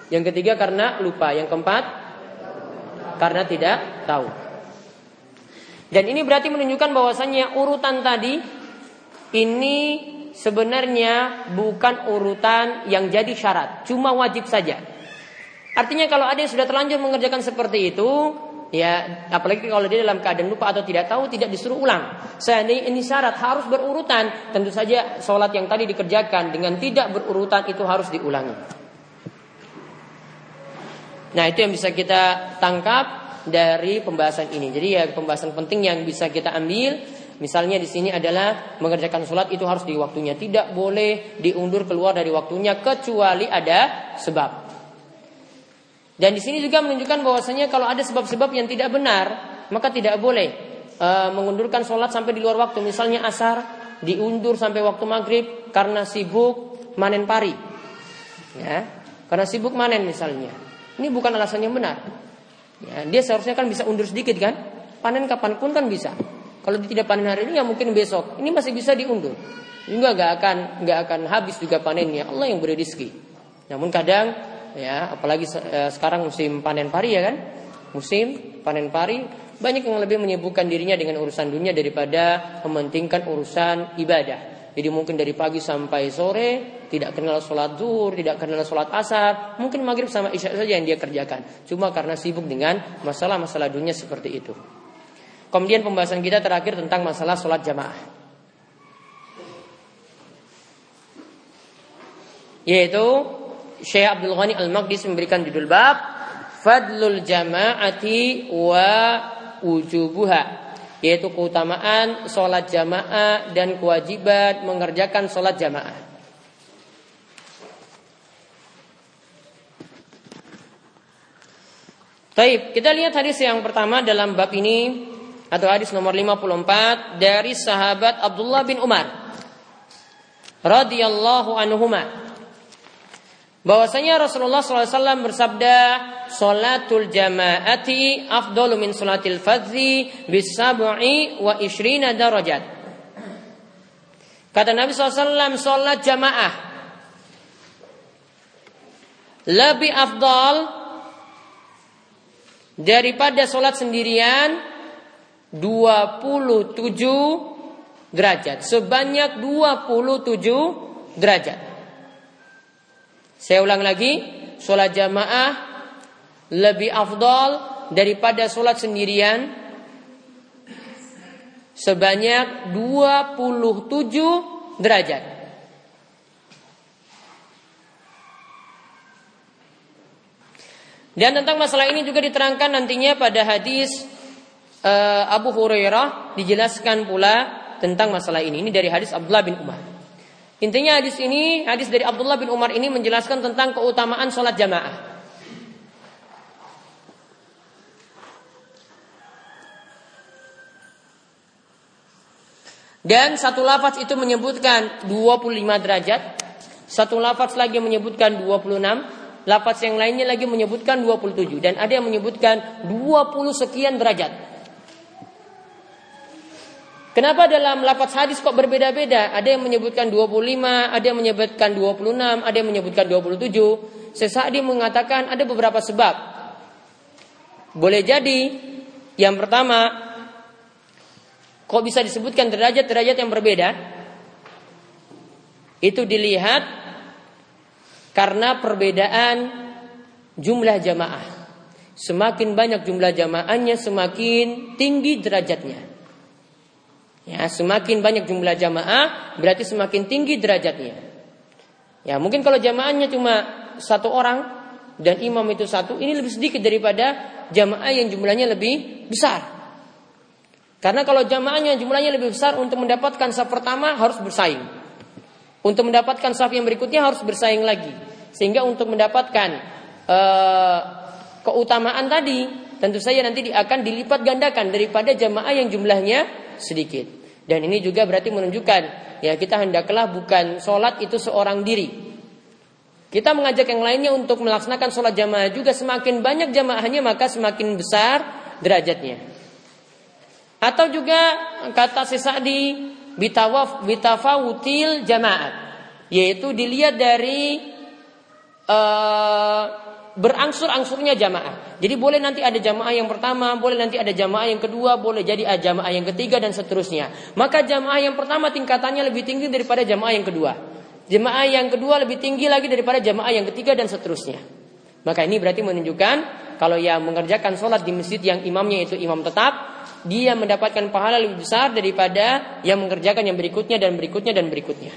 Yang ketiga karena lupa. Yang keempat karena tidak tahu. Dan ini berarti menunjukkan bahwasannya urutan tadi ini sebenarnya bukan urutan yang jadi syarat, cuma wajib saja. Artinya kalau ada yang sudah terlanjur mengerjakan seperti itu, ya apalagi kalau dia dalam keadaan lupa atau tidak tahu, tidak disuruh ulang. Seandainya ini syarat harus berurutan, tentu saja sholat yang tadi dikerjakan dengan tidak berurutan itu harus diulangi. Nah, itu yang bisa kita tangkap dari pembahasan ini. Jadi ya pembahasan penting yang bisa kita ambil, misalnya di sini adalah mengerjakan sholat itu harus di waktunya, tidak boleh diundur keluar dari waktunya kecuali ada sebab. Dan di sini juga menunjukkan bahwasanya kalau ada sebab-sebab yang tidak benar, maka tidak boleh mengundurkan sholat sampai di luar waktu. Misalnya asar diundur sampai waktu maghrib karena sibuk manen pari, ya, karena sibuk manen misalnya. Ini bukan alasan yang benar. Ya, dia seharusnya kan bisa undur sedikit kan, panen kapanpun kan bisa. Kalau dia tidak panen hari ini ya mungkin besok. Ini masih bisa diundur. Juga gak akan habis juga panennya. Allah yang beri rezeki. Namun kadang ya apalagi sekarang musim panen pari ya kan. Musim panen pari banyak yang lebih menyibukkan dirinya dengan urusan dunia daripada mementingkan urusan ibadah. Jadi mungkin dari pagi sampai sore tidak kenal sholat zuhur, tidak kenal sholat asar, mungkin maghrib sama isya saja yang dia kerjakan. Cuma karena sibuk dengan masalah-masalah dunia seperti itu. Kemudian pembahasan kita terakhir tentang masalah sholat jamaah, yaitu Syekh Abdul Ghani Al-Maqdisi memberikan judul bab Fadlul Jama'ati wa Wujubuha, yaitu keutamaan sholat jamaah dan kewajiban mengerjakan sholat jamaah. Baik, kita lihat hadis yang pertama dalam bab ini atau hadis nomor 54 dari sahabat Abdullah bin Umar radhiyallahu anhuma, bahwasanya Rasulullah SAW bersabda, "Sholatul jama'ati afdalu min sholatil fadzi bis-sab'i wa 20 darajat." Kata Nabi SAW, sholat jamaah lebih afdal daripada sholat sendirian 27 derajat, sebanyak 27 derajat. Saya ulang lagi, sholat jamaah lebih afdal daripada sholat sendirian sebanyak 27 derajat. Dan tentang masalah ini juga diterangkan nantinya pada hadis Abu Hurairah, dijelaskan pula tentang masalah ini. Ini dari hadis Abdullah bin Umar. Intinya hadis dari Abdullah bin Umar ini menjelaskan tentang keutamaan sholat jamaah. Dan satu lafaz itu menyebutkan 25 derajat, satu lafaz lagi menyebutkan 26, lafaz yang lainnya lagi menyebutkan 27, dan ada yang menyebutkan 20 sekian derajat. Kenapa dalam lafaz hadis kok berbeda-beda? Ada yang menyebutkan 25, ada yang menyebutkan 26, ada yang menyebutkan 27. Syekh Sa'di mengatakan ada beberapa sebab. Boleh jadi yang pertama, kok bisa disebutkan derajat-derajat yang berbeda? Itu dilihat karena perbedaan jumlah jamaah. Semakin banyak jumlah jamaahnya, semakin tinggi derajatnya. Ya, semakin banyak jumlah jamaah berarti semakin tinggi derajatnya. Ya, mungkin kalau jamaahnya cuma satu orang dan imam itu satu, ini lebih sedikit daripada jamaah yang jumlahnya lebih besar. Karena kalau jamaahnya jumlahnya lebih besar, untuk mendapatkan saf pertama harus bersaing. Untuk mendapatkan saf yang berikutnya harus bersaing lagi. Sehingga untuk mendapatkan keutamaan tadi, tentu saja nanti akan dilipat gandakan daripada jamaah yang jumlahnya sedikit. Dan ini juga berarti menunjukkan, ya kita hendaklah bukan sholat itu seorang diri. Kita mengajak yang lainnya untuk melaksanakan sholat jamaah juga. Semakin banyak jamaahnya maka semakin besar derajatnya. Atau juga kata Syekh Sa'di, bitafawutil jamaat, yaitu dilihat dari berangsur-angsurnya jamaah. Jadi boleh nanti ada jamaah yang pertama, boleh nanti ada jamaah yang kedua, boleh jadi ada jamaah yang ketiga dan seterusnya. Maka jamaah yang pertama tingkatannya lebih tinggi daripada jamaah yang kedua. Jamaah yang kedua lebih tinggi lagi daripada jamaah yang ketiga dan seterusnya. Maka ini berarti menunjukkan kalau yang mengerjakan sholat di masjid yang imamnya itu imam tetap, dia mendapatkan pahala lebih besar daripada yang mengerjakan yang berikutnya dan berikutnya dan berikutnya.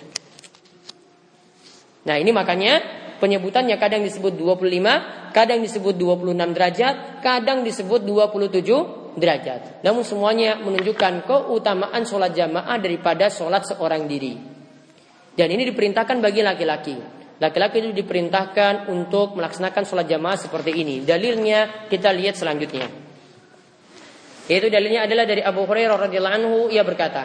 Nah ini makanya penyebutannya kadang disebut 25, kadang disebut 26 derajat, kadang disebut 27 derajat. Namun semuanya menunjukkan keutamaan sholat jamaah daripada sholat seorang diri. Dan ini diperintahkan bagi laki-laki. Laki-laki itu diperintahkan untuk melaksanakan sholat jamaah seperti ini. Dalilnya kita lihat selanjutnya. Yaitu dalilnya adalah dari Abu Hurairah radhiyallahu anhu, ia berkata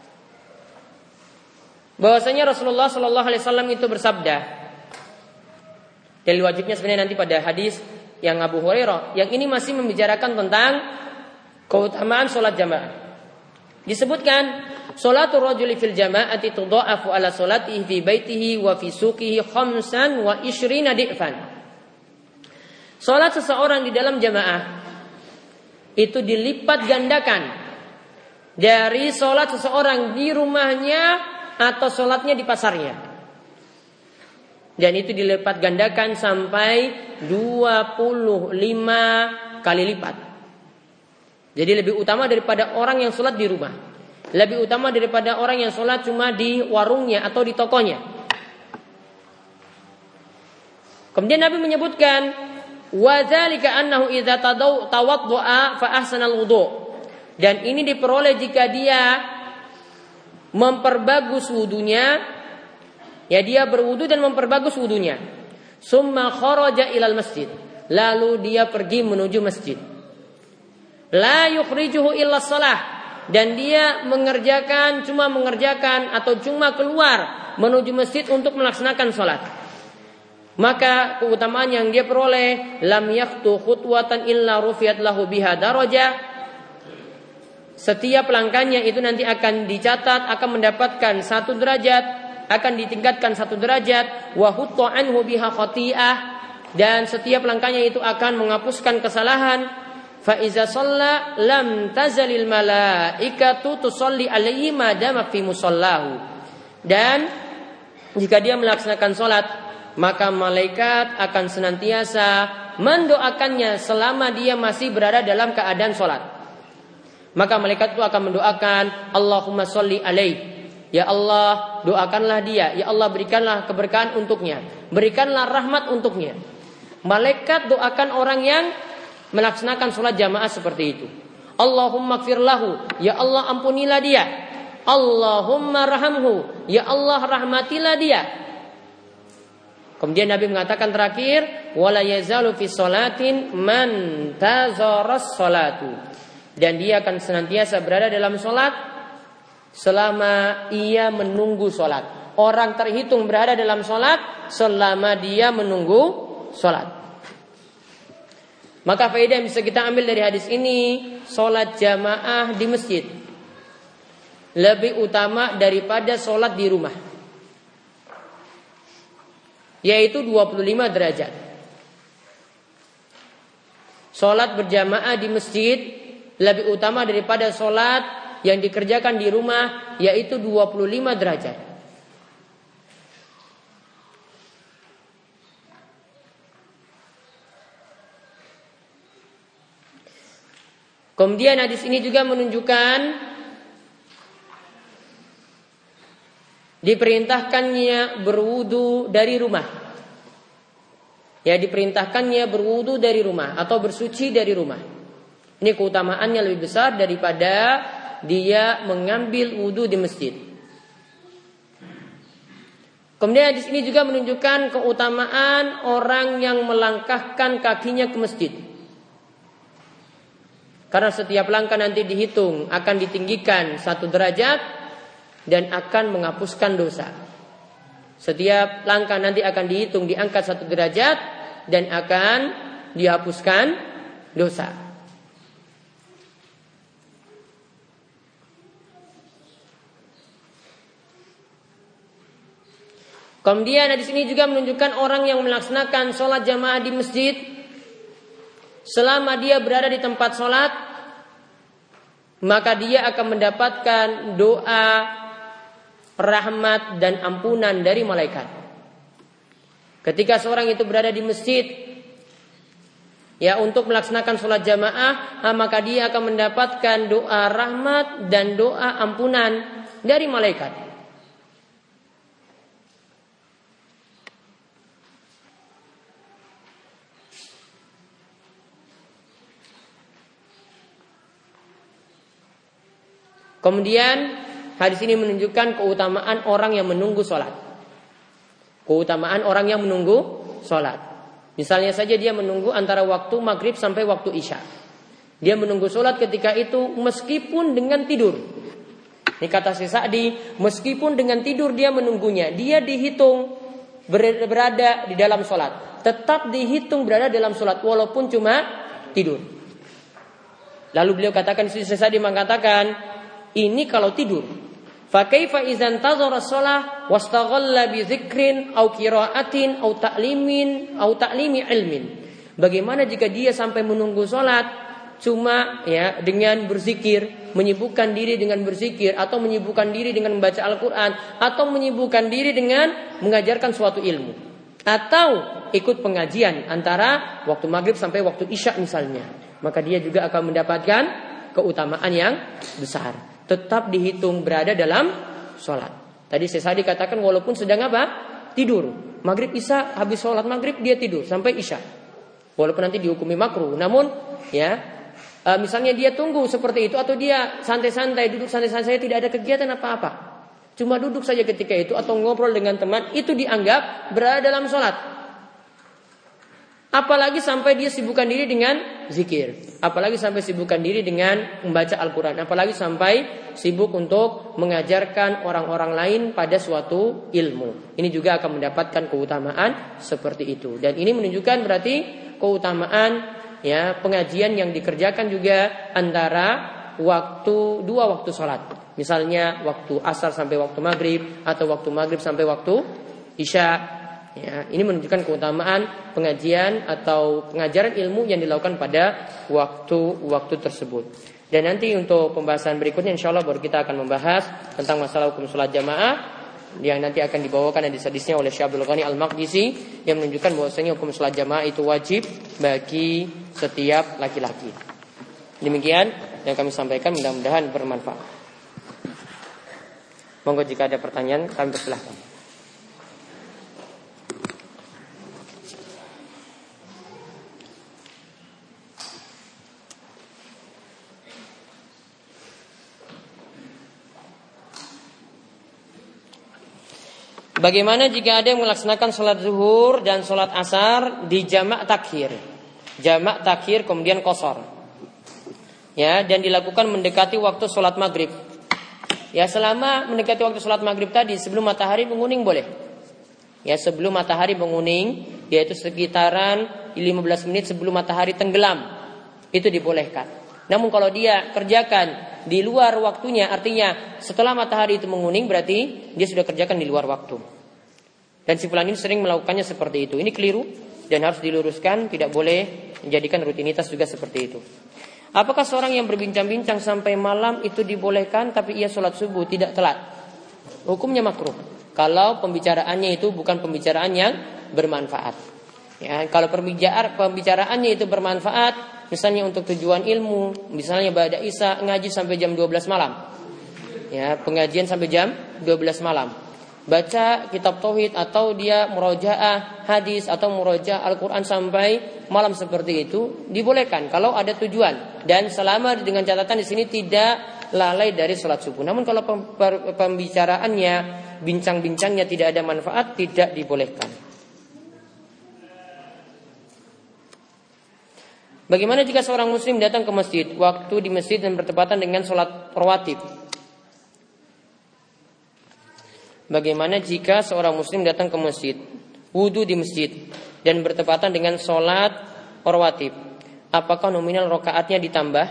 bahwasanya Rasulullah sallallahu alaihi wasallam itu bersabda. Dalil wajibnya sebenarnya nanti pada hadis yang Abu Hurairah. Yang ini masih membicarakan tentang keutamaan sholat jamaah. Disebutkan sholatul rajuli fil jama'ati tudha'afu ala sholatihi fi baitihi wa fi suqihi 25 di'fan. Sholat seseorang di dalam jamaah itu dilipat gandakan dari sholat seseorang di rumahnya atau sholatnya di pasarnya. Dan itu dilipat gandakan sampai 25 kali lipat. Jadi lebih utama daripada orang yang sholat di rumah. Lebih utama daripada orang yang sholat cuma di warungnya atau di tokonya. Kemudian Nabi menyebutkan wa dzalika annahu idza tawaddaa fa ahsanal wudu. Dan ini diperoleh jika dia memperbagus wudunya, ya dia berwudu dan memperbagus wudunya. Summa kharaja ilal masjid, lalu dia pergi menuju masjid. La yukhrijuhu illa shalah, dan dia cuma mengerjakan atau cuma keluar menuju masjid untuk melaksanakan salat. Maka keutamaan yang dia peroleh, lam yakhtu khutwatan illa rufiyat lahu biha darajah. Setiap langkahnya itu nanti akan dicatat, akan mendapatkan 1 derajat, akan ditingkatkan 1 derajat, wa hutta anhu biha khati'ah, dan setiap langkahnya itu akan menghapuskan kesalahan. Fa iza shalla lam tazalil malaikatu tusalli alaihi ma dama fi musallahu. Dan jika dia melaksanakan salat, maka malaikat akan senantiasa mendoakannya selama dia masih berada dalam keadaan salat. Maka malaikat itu akan mendoakan, Allahumma sholli alaihi, ya Allah doakanlah dia, ya Allah berikanlah keberkahan untuknya, berikanlah rahmat untuknya. Malaikat doakan orang yang melaksanakan sholat jamaah seperti itu. Allahumma gfir lahu, ya Allah ampunilah dia. Allahumma rahamhu, ya Allah rahmatilah dia. Kemudian Nabi mengatakan terakhir, wala yazalu fi sholatin man tazaras sholatu. Dan dia akan senantiasa berada dalam sholat selama ia menunggu sholat. Orang terhitung berada dalam sholat selama dia menunggu sholat. Maka faedah yang bisa kita ambil dari hadis ini, sholat jamaah di masjid lebih utama daripada sholat di rumah, yaitu 25 derajat. Sholat berjamaah di masjid lebih utama daripada sholat yang dikerjakan di rumah, yaitu 25 derajat. Kemudian hadis ini juga menunjukkan diperintahkannya berwudu dari rumah. Ya, diperintahkannya berwudu dari rumah atau bersuci dari rumah. Ini keutamaannya lebih besar daripada dia mengambil wudu di masjid. Kemudian hadis ini juga menunjukkan keutamaan orang yang melangkahkan kakinya ke masjid. Karena setiap langkah nanti dihitung akan ditinggikan 1 derajat dan akan menghapuskan dosa. Setiap langkah nanti akan dihitung diangkat 1 derajat dan akan dihapuskan dosa. Kemudian di sini juga menunjukkan orang yang melaksanakan sholat jamaah di masjid selama dia berada di tempat sholat, maka dia akan mendapatkan doa rahmat dan ampunan dari malaikat. Ketika seorang itu berada di masjid ya untuk melaksanakan sholat jamaah, maka dia akan mendapatkan doa rahmat dan doa ampunan dari malaikat. Kemudian hadis ini menunjukkan keutamaan orang yang menunggu sholat. Keutamaan orang yang menunggu sholat. Misalnya saja dia menunggu antara waktu maghrib sampai waktu isya. Dia menunggu sholat ketika itu meskipun dengan tidur. Ini kata Syekh Sa'di, meskipun dengan tidur dia menunggunya. Dia dihitung berada di dalam sholat. Tetap dihitung berada dalam sholat walaupun cuma tidur. Lalu beliau katakan, Syekh Sa'di mengatakan, ini kalau tidur. Fa kaifa idzan tazara shalah wastaghalla bi dzikrin au qiraatin au ta'limin au ta'limi ilmin. Bagaimana jika dia sampai menunggu salat cuma ya dengan berzikir, menyibukkan diri dengan berzikir atau menyibukkan diri dengan membaca Al-Qur'an atau menyibukkan diri dengan mengajarkan suatu ilmu atau ikut pengajian antara waktu maghrib sampai waktu isya misalnya, maka dia juga akan mendapatkan keutamaan yang besar. Tetap dihitung berada dalam sholat. Tadi saya dikatakan walaupun sedang apa? Tidur. Maghrib isya, habis sholat maghrib dia tidur sampai isya. Walaupun nanti dihukumi makruh. Namun ya misalnya dia tunggu seperti itu atau dia santai-santai duduk santai-santai tidak ada kegiatan apa-apa. Cuma duduk saja ketika itu atau ngobrol dengan teman, itu dianggap berada dalam sholat. Apalagi sampai dia sibukkan diri dengan zikir. Apalagi sampai sibukkan diri dengan membaca Al-Quran. Apalagi sampai sibuk untuk mengajarkan orang-orang lain pada suatu ilmu. Ini juga akan mendapatkan keutamaan seperti itu. Dan ini menunjukkan berarti keutamaan ya pengajian yang dikerjakan juga antara dua waktu sholat. Misalnya waktu asar sampai waktu maghrib atau waktu maghrib sampai waktu isya. Ya, ini menunjukkan keutamaan pengajian atau pengajaran ilmu yang dilakukan pada waktu-waktu tersebut. Dan nanti untuk pembahasan berikutnya insya Allah baru kita akan membahas tentang masalah hukum sholat jamaah yang nanti akan dibawakan dan hadis-hadisnya oleh Syekh Abdul Ghani Al-Maqdisi yang menunjukkan bahwasanya hukum sholat jamaah itu wajib bagi setiap laki-laki. Demikian yang kami sampaikan, mudah-mudahan bermanfaat. Monggo jika ada pertanyaan kami persilahkan. Bagaimana jika ada yang melaksanakan sholat zuhur dan sholat asar di jamak takhir? Jamak takhir kemudian qashar. Ya, dan dilakukan mendekati waktu sholat maghrib. Ya, selama mendekati waktu sholat maghrib tadi sebelum matahari menguning boleh. Ya, sebelum matahari menguning, yaitu sekitaran 15 menit sebelum matahari tenggelam, itu dibolehkan. Namun kalau dia kerjakan di luar waktunya, artinya setelah matahari itu menguning, berarti dia sudah kerjakan di luar waktu. Dan si fulan ini sering melakukannya seperti itu. Ini keliru dan harus diluruskan, tidak boleh menjadikan rutinitas juga seperti itu. Apakah seorang yang berbincang-bincang sampai malam itu dibolehkan tapi ia sholat subuh tidak telat? Hukumnya makruh. Kalau pembicaraannya itu bukan pembicaraan yang bermanfaat. Ya, kalau pembicaraannya itu bermanfaat, misalnya untuk tujuan ilmu, misalnya ba'da isya ngaji sampai jam 12 malam. Ya, pengajian sampai jam 12 malam. Baca kitab tauhid atau dia murojaah hadis atau murojaah Al-Qur'an sampai malam seperti itu dibolehkan kalau ada tujuan dan selama dengan catatan di sini tidak lalai dari sholat subuh. Namun kalau pembicaraannya, bincang-bincangnya tidak ada manfaat, tidak dibolehkan. Bagaimana jika seorang muslim datang ke masjid, waktu di masjid dan bertepatan dengan sholat rawatib? Bagaimana jika seorang muslim datang ke masjid, wudu di masjid dan bertepatan dengan sholat rawatib? Apakah nominal rakaatnya ditambah?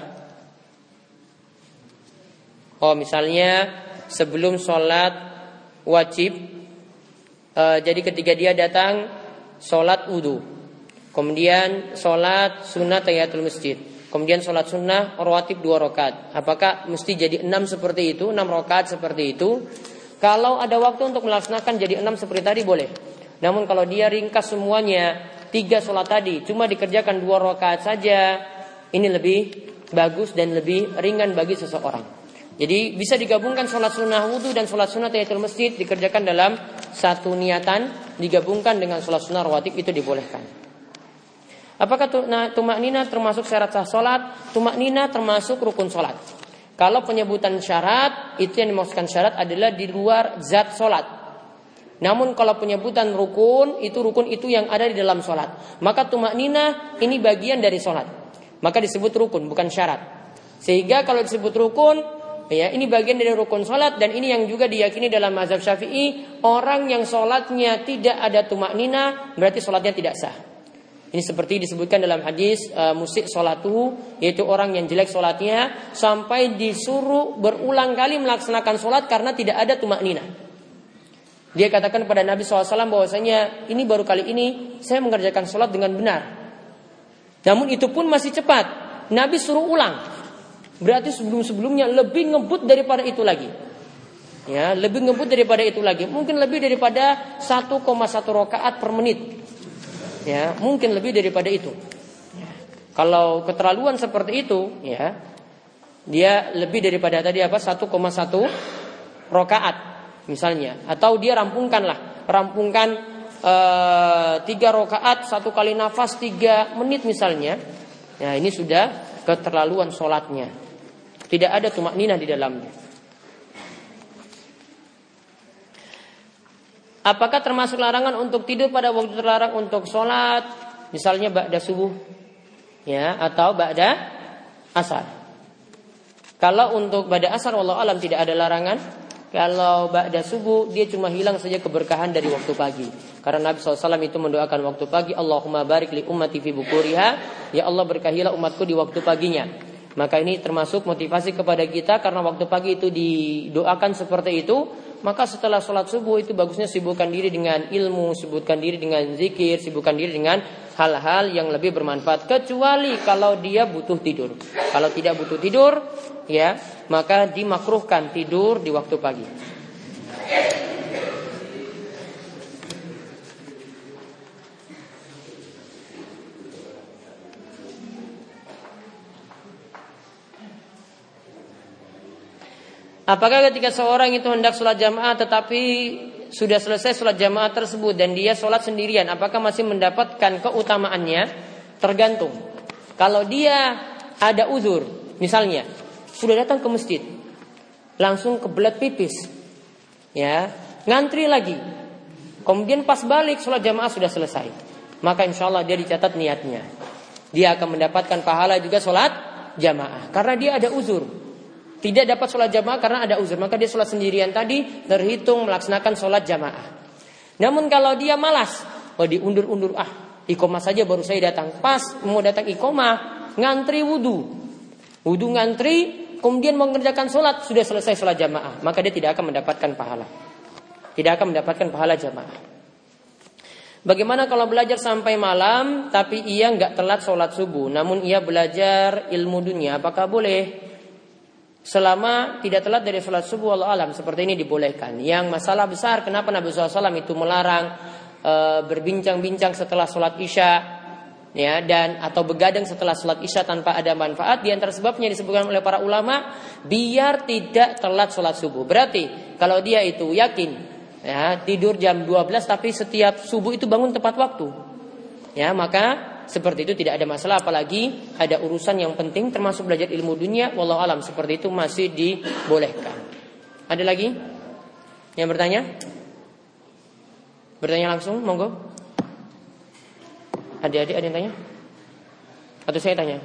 Oh, misalnya sebelum sholat wajib Jadi ketika dia datang sholat wudu, kemudian sholat sunnah tahiyatul masjid, kemudian sholat sunnah rawatib 2 rakaat, apakah mesti jadi 6 seperti itu, 6 rakaat seperti itu? Kalau ada waktu untuk melaksanakan jadi 6 seperti tadi boleh. Namun kalau dia ringkas semuanya 3 sholat tadi cuma dikerjakan 2 rakaat saja, ini lebih bagus dan lebih ringan bagi seseorang. Jadi bisa digabungkan sholat sunnah wudu dan sholat sunnah tahiyatul masjid, dikerjakan dalam satu niatan, digabungkan dengan sholat sunnah rawatib, itu dibolehkan. Apakah tumaknina termasuk syarat sah sholat? Tumaknina termasuk rukun sholat. Kalau penyebutan syarat, itu yang dimaksudkan syarat adalah di luar zat sholat. Namun kalau penyebutan rukun itu yang ada di dalam sholat. Maka tumaknina ini bagian dari sholat, maka disebut rukun, bukan syarat. Sehingga kalau disebut rukun, ya, ini bagian dari rukun sholat, dan ini yang juga diyakini dalam mazhab Syafi'i. Orang yang sholatnya tidak ada tumaknina berarti sholatnya tidak sah. Ini seperti disebutkan dalam hadis musik sholatuhu, yaitu orang yang jelek sholatnya sampai disuruh berulang kali melaksanakan sholat karena tidak ada tumaknina. Dia katakan pada Nabi SAW bahwasanya ini baru kali ini saya mengerjakan sholat dengan benar. Namun itu pun masih cepat. Nabi suruh ulang. Berarti sebelum-sebelumnya lebih ngebut daripada itu lagi. Ya, lebih ngebut daripada itu lagi. Mungkin lebih daripada 1,1 rakaat per menit. Ya, mungkin lebih daripada itu. Ya. Kalau keterlaluan seperti itu, ya, dia lebih daripada tadi 1,1 rakaat misalnya. Atau dia rampungkan 3 rakaat 1 kali nafas 3 menit misalnya. Ya, ini sudah keterlaluan sholatnya. Tidak ada tumakninah di dalamnya. Apakah termasuk larangan untuk tidur pada waktu terlarang untuk sholat, misalnya ba'da subuh, ya, atau ba'da asar? Kalau untuk ba'da asar, wallahu alam tidak ada larangan. Kalau ba'da subuh, dia cuma hilang saja keberkahan dari waktu pagi. Karena Nabi SAW itu mendoakan waktu pagi, Allahumma barik li ummati fi bukuriha, ya Allah berkahilah umatku di waktu paginya. Maka ini termasuk motivasi kepada kita, karena waktu pagi itu didoakan seperti itu. Maka setelah sholat subuh itu bagusnya sibukkan diri dengan ilmu, sibukkan diri dengan zikir, sibukkan diri dengan hal-hal yang lebih bermanfaat. Kecuali kalau dia butuh tidur. Kalau tidak butuh tidur, ya, maka dimakruhkan tidur di waktu pagi. Apakah ketika seorang itu hendak sholat jamaah tetapi sudah selesai sholat jamaah tersebut dan dia sholat sendirian, apakah masih mendapatkan keutamaannya? Tergantung. Kalau dia ada uzur, misalnya sudah datang ke masjid, langsung kebelet pipis, ya, ngantri lagi, kemudian pas balik sholat jamaah sudah selesai, maka insya Allah dia dicatat niatnya, dia akan mendapatkan pahala juga sholat jamaah karena dia ada uzur. Tidak dapat sholat jamaah karena ada uzur, maka dia sholat sendirian tadi terhitung melaksanakan sholat jamaah. Namun kalau dia malas, diundur-undur, iqomah saja baru saya datang. Pas mau datang iqomah, ngantri wudu ngantri, kemudian mengerjakan sholat, sudah selesai sholat jamaah, maka dia tidak akan mendapatkan pahala. Tidak akan mendapatkan pahala jamaah. Bagaimana kalau belajar sampai malam, tapi ia nggak telat sholat subuh, namun ia belajar ilmu dunia, apakah boleh? Selama tidak telat dari sholat subuh, Allah alam, seperti ini dibolehkan. Yang masalah besar, kenapa Nabi SAW itu melarang berbincang-bincang setelah sholat isya, ya, dan atau begadang setelah sholat isya tanpa ada manfaat? Di antara sebabnya disebutkan oleh para ulama, biar tidak telat sholat subuh. Berarti kalau dia itu yakin, ya, tidur jam 12 tapi setiap subuh itu bangun tepat waktu, ya, maka seperti itu tidak ada masalah, apalagi ada urusan yang penting termasuk belajar ilmu dunia, wallahu alam, seperti itu masih dibolehkan. Ada lagi yang bertanya? Bertanya langsung, monggo. Adik-adik ada yang tanya? Atau saya tanya?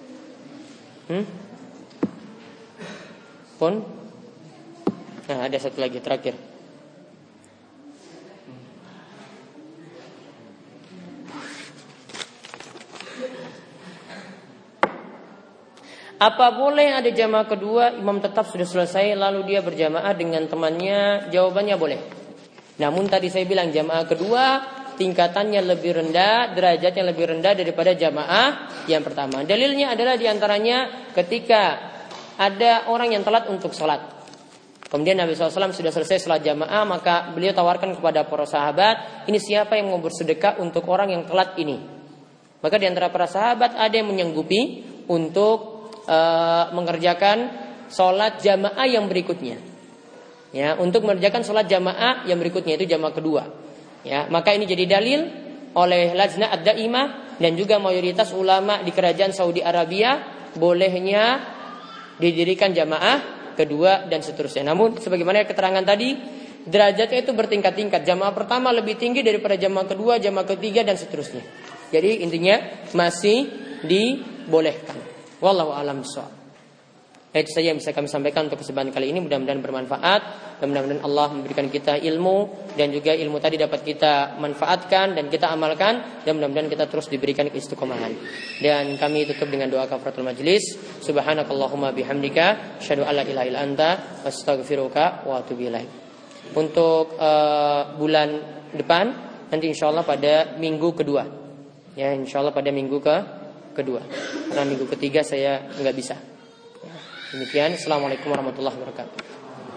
Pun? Nah, ada satu lagi terakhir. Apa boleh ada jamaah kedua, imam tetap sudah selesai lalu dia berjamaah dengan temannya? Jawabannya boleh. Namun tadi saya bilang jamaah kedua tingkatannya lebih rendah, derajatnya lebih rendah daripada jamaah yang pertama. Dalilnya adalah diantaranya ketika ada orang yang telat untuk sholat. Kemudian Nabi SAW sudah selesai sholat jamaah, maka beliau tawarkan kepada para sahabat, ini siapa yang mau bersedekah untuk orang yang telat ini? Maka di antara para sahabat ada yang menyanggupi untuk mengerjakan sholat jamaah yang berikutnya. Ya, untuk mengerjakan sholat jamaah yang berikutnya, itu jamaah kedua. Ya, maka ini jadi dalil oleh Lajnah Ad-Daimah dan juga mayoritas ulama di kerajaan Saudi Arabia bolehnya didirikan jamaah kedua dan seterusnya. Namun sebagaimana keterangan tadi, derajatnya itu bertingkat-tingkat. Jamaah pertama lebih tinggi daripada jamaah kedua, jamaah ketiga dan seterusnya. Jadi intinya masih dibolehkan. Wallahu a'lam bishawab. Itu saja yang bisa kami sampaikan untuk kesempatan kali ini. Mudah-mudahan bermanfaat dan mudah-mudahan Allah memberikan kita ilmu dan juga ilmu tadi dapat kita manfaatkan dan kita amalkan dan mudah-mudahan kita terus diberikan keistiqomahan. Dan kami tutup dengan doa kafaratul majlis. Subhanakallahumma bihamdika asyhadu an la ilaha illa anta astaghfiruka wa atubu ilaik. Untuk bulan depan nanti insyaallah pada minggu kedua. Ya, insyaallah pada minggu kedua. Karena minggu ketiga saya enggak bisa. Demikian, assalamualaikum warahmatullahi wabarakatuh.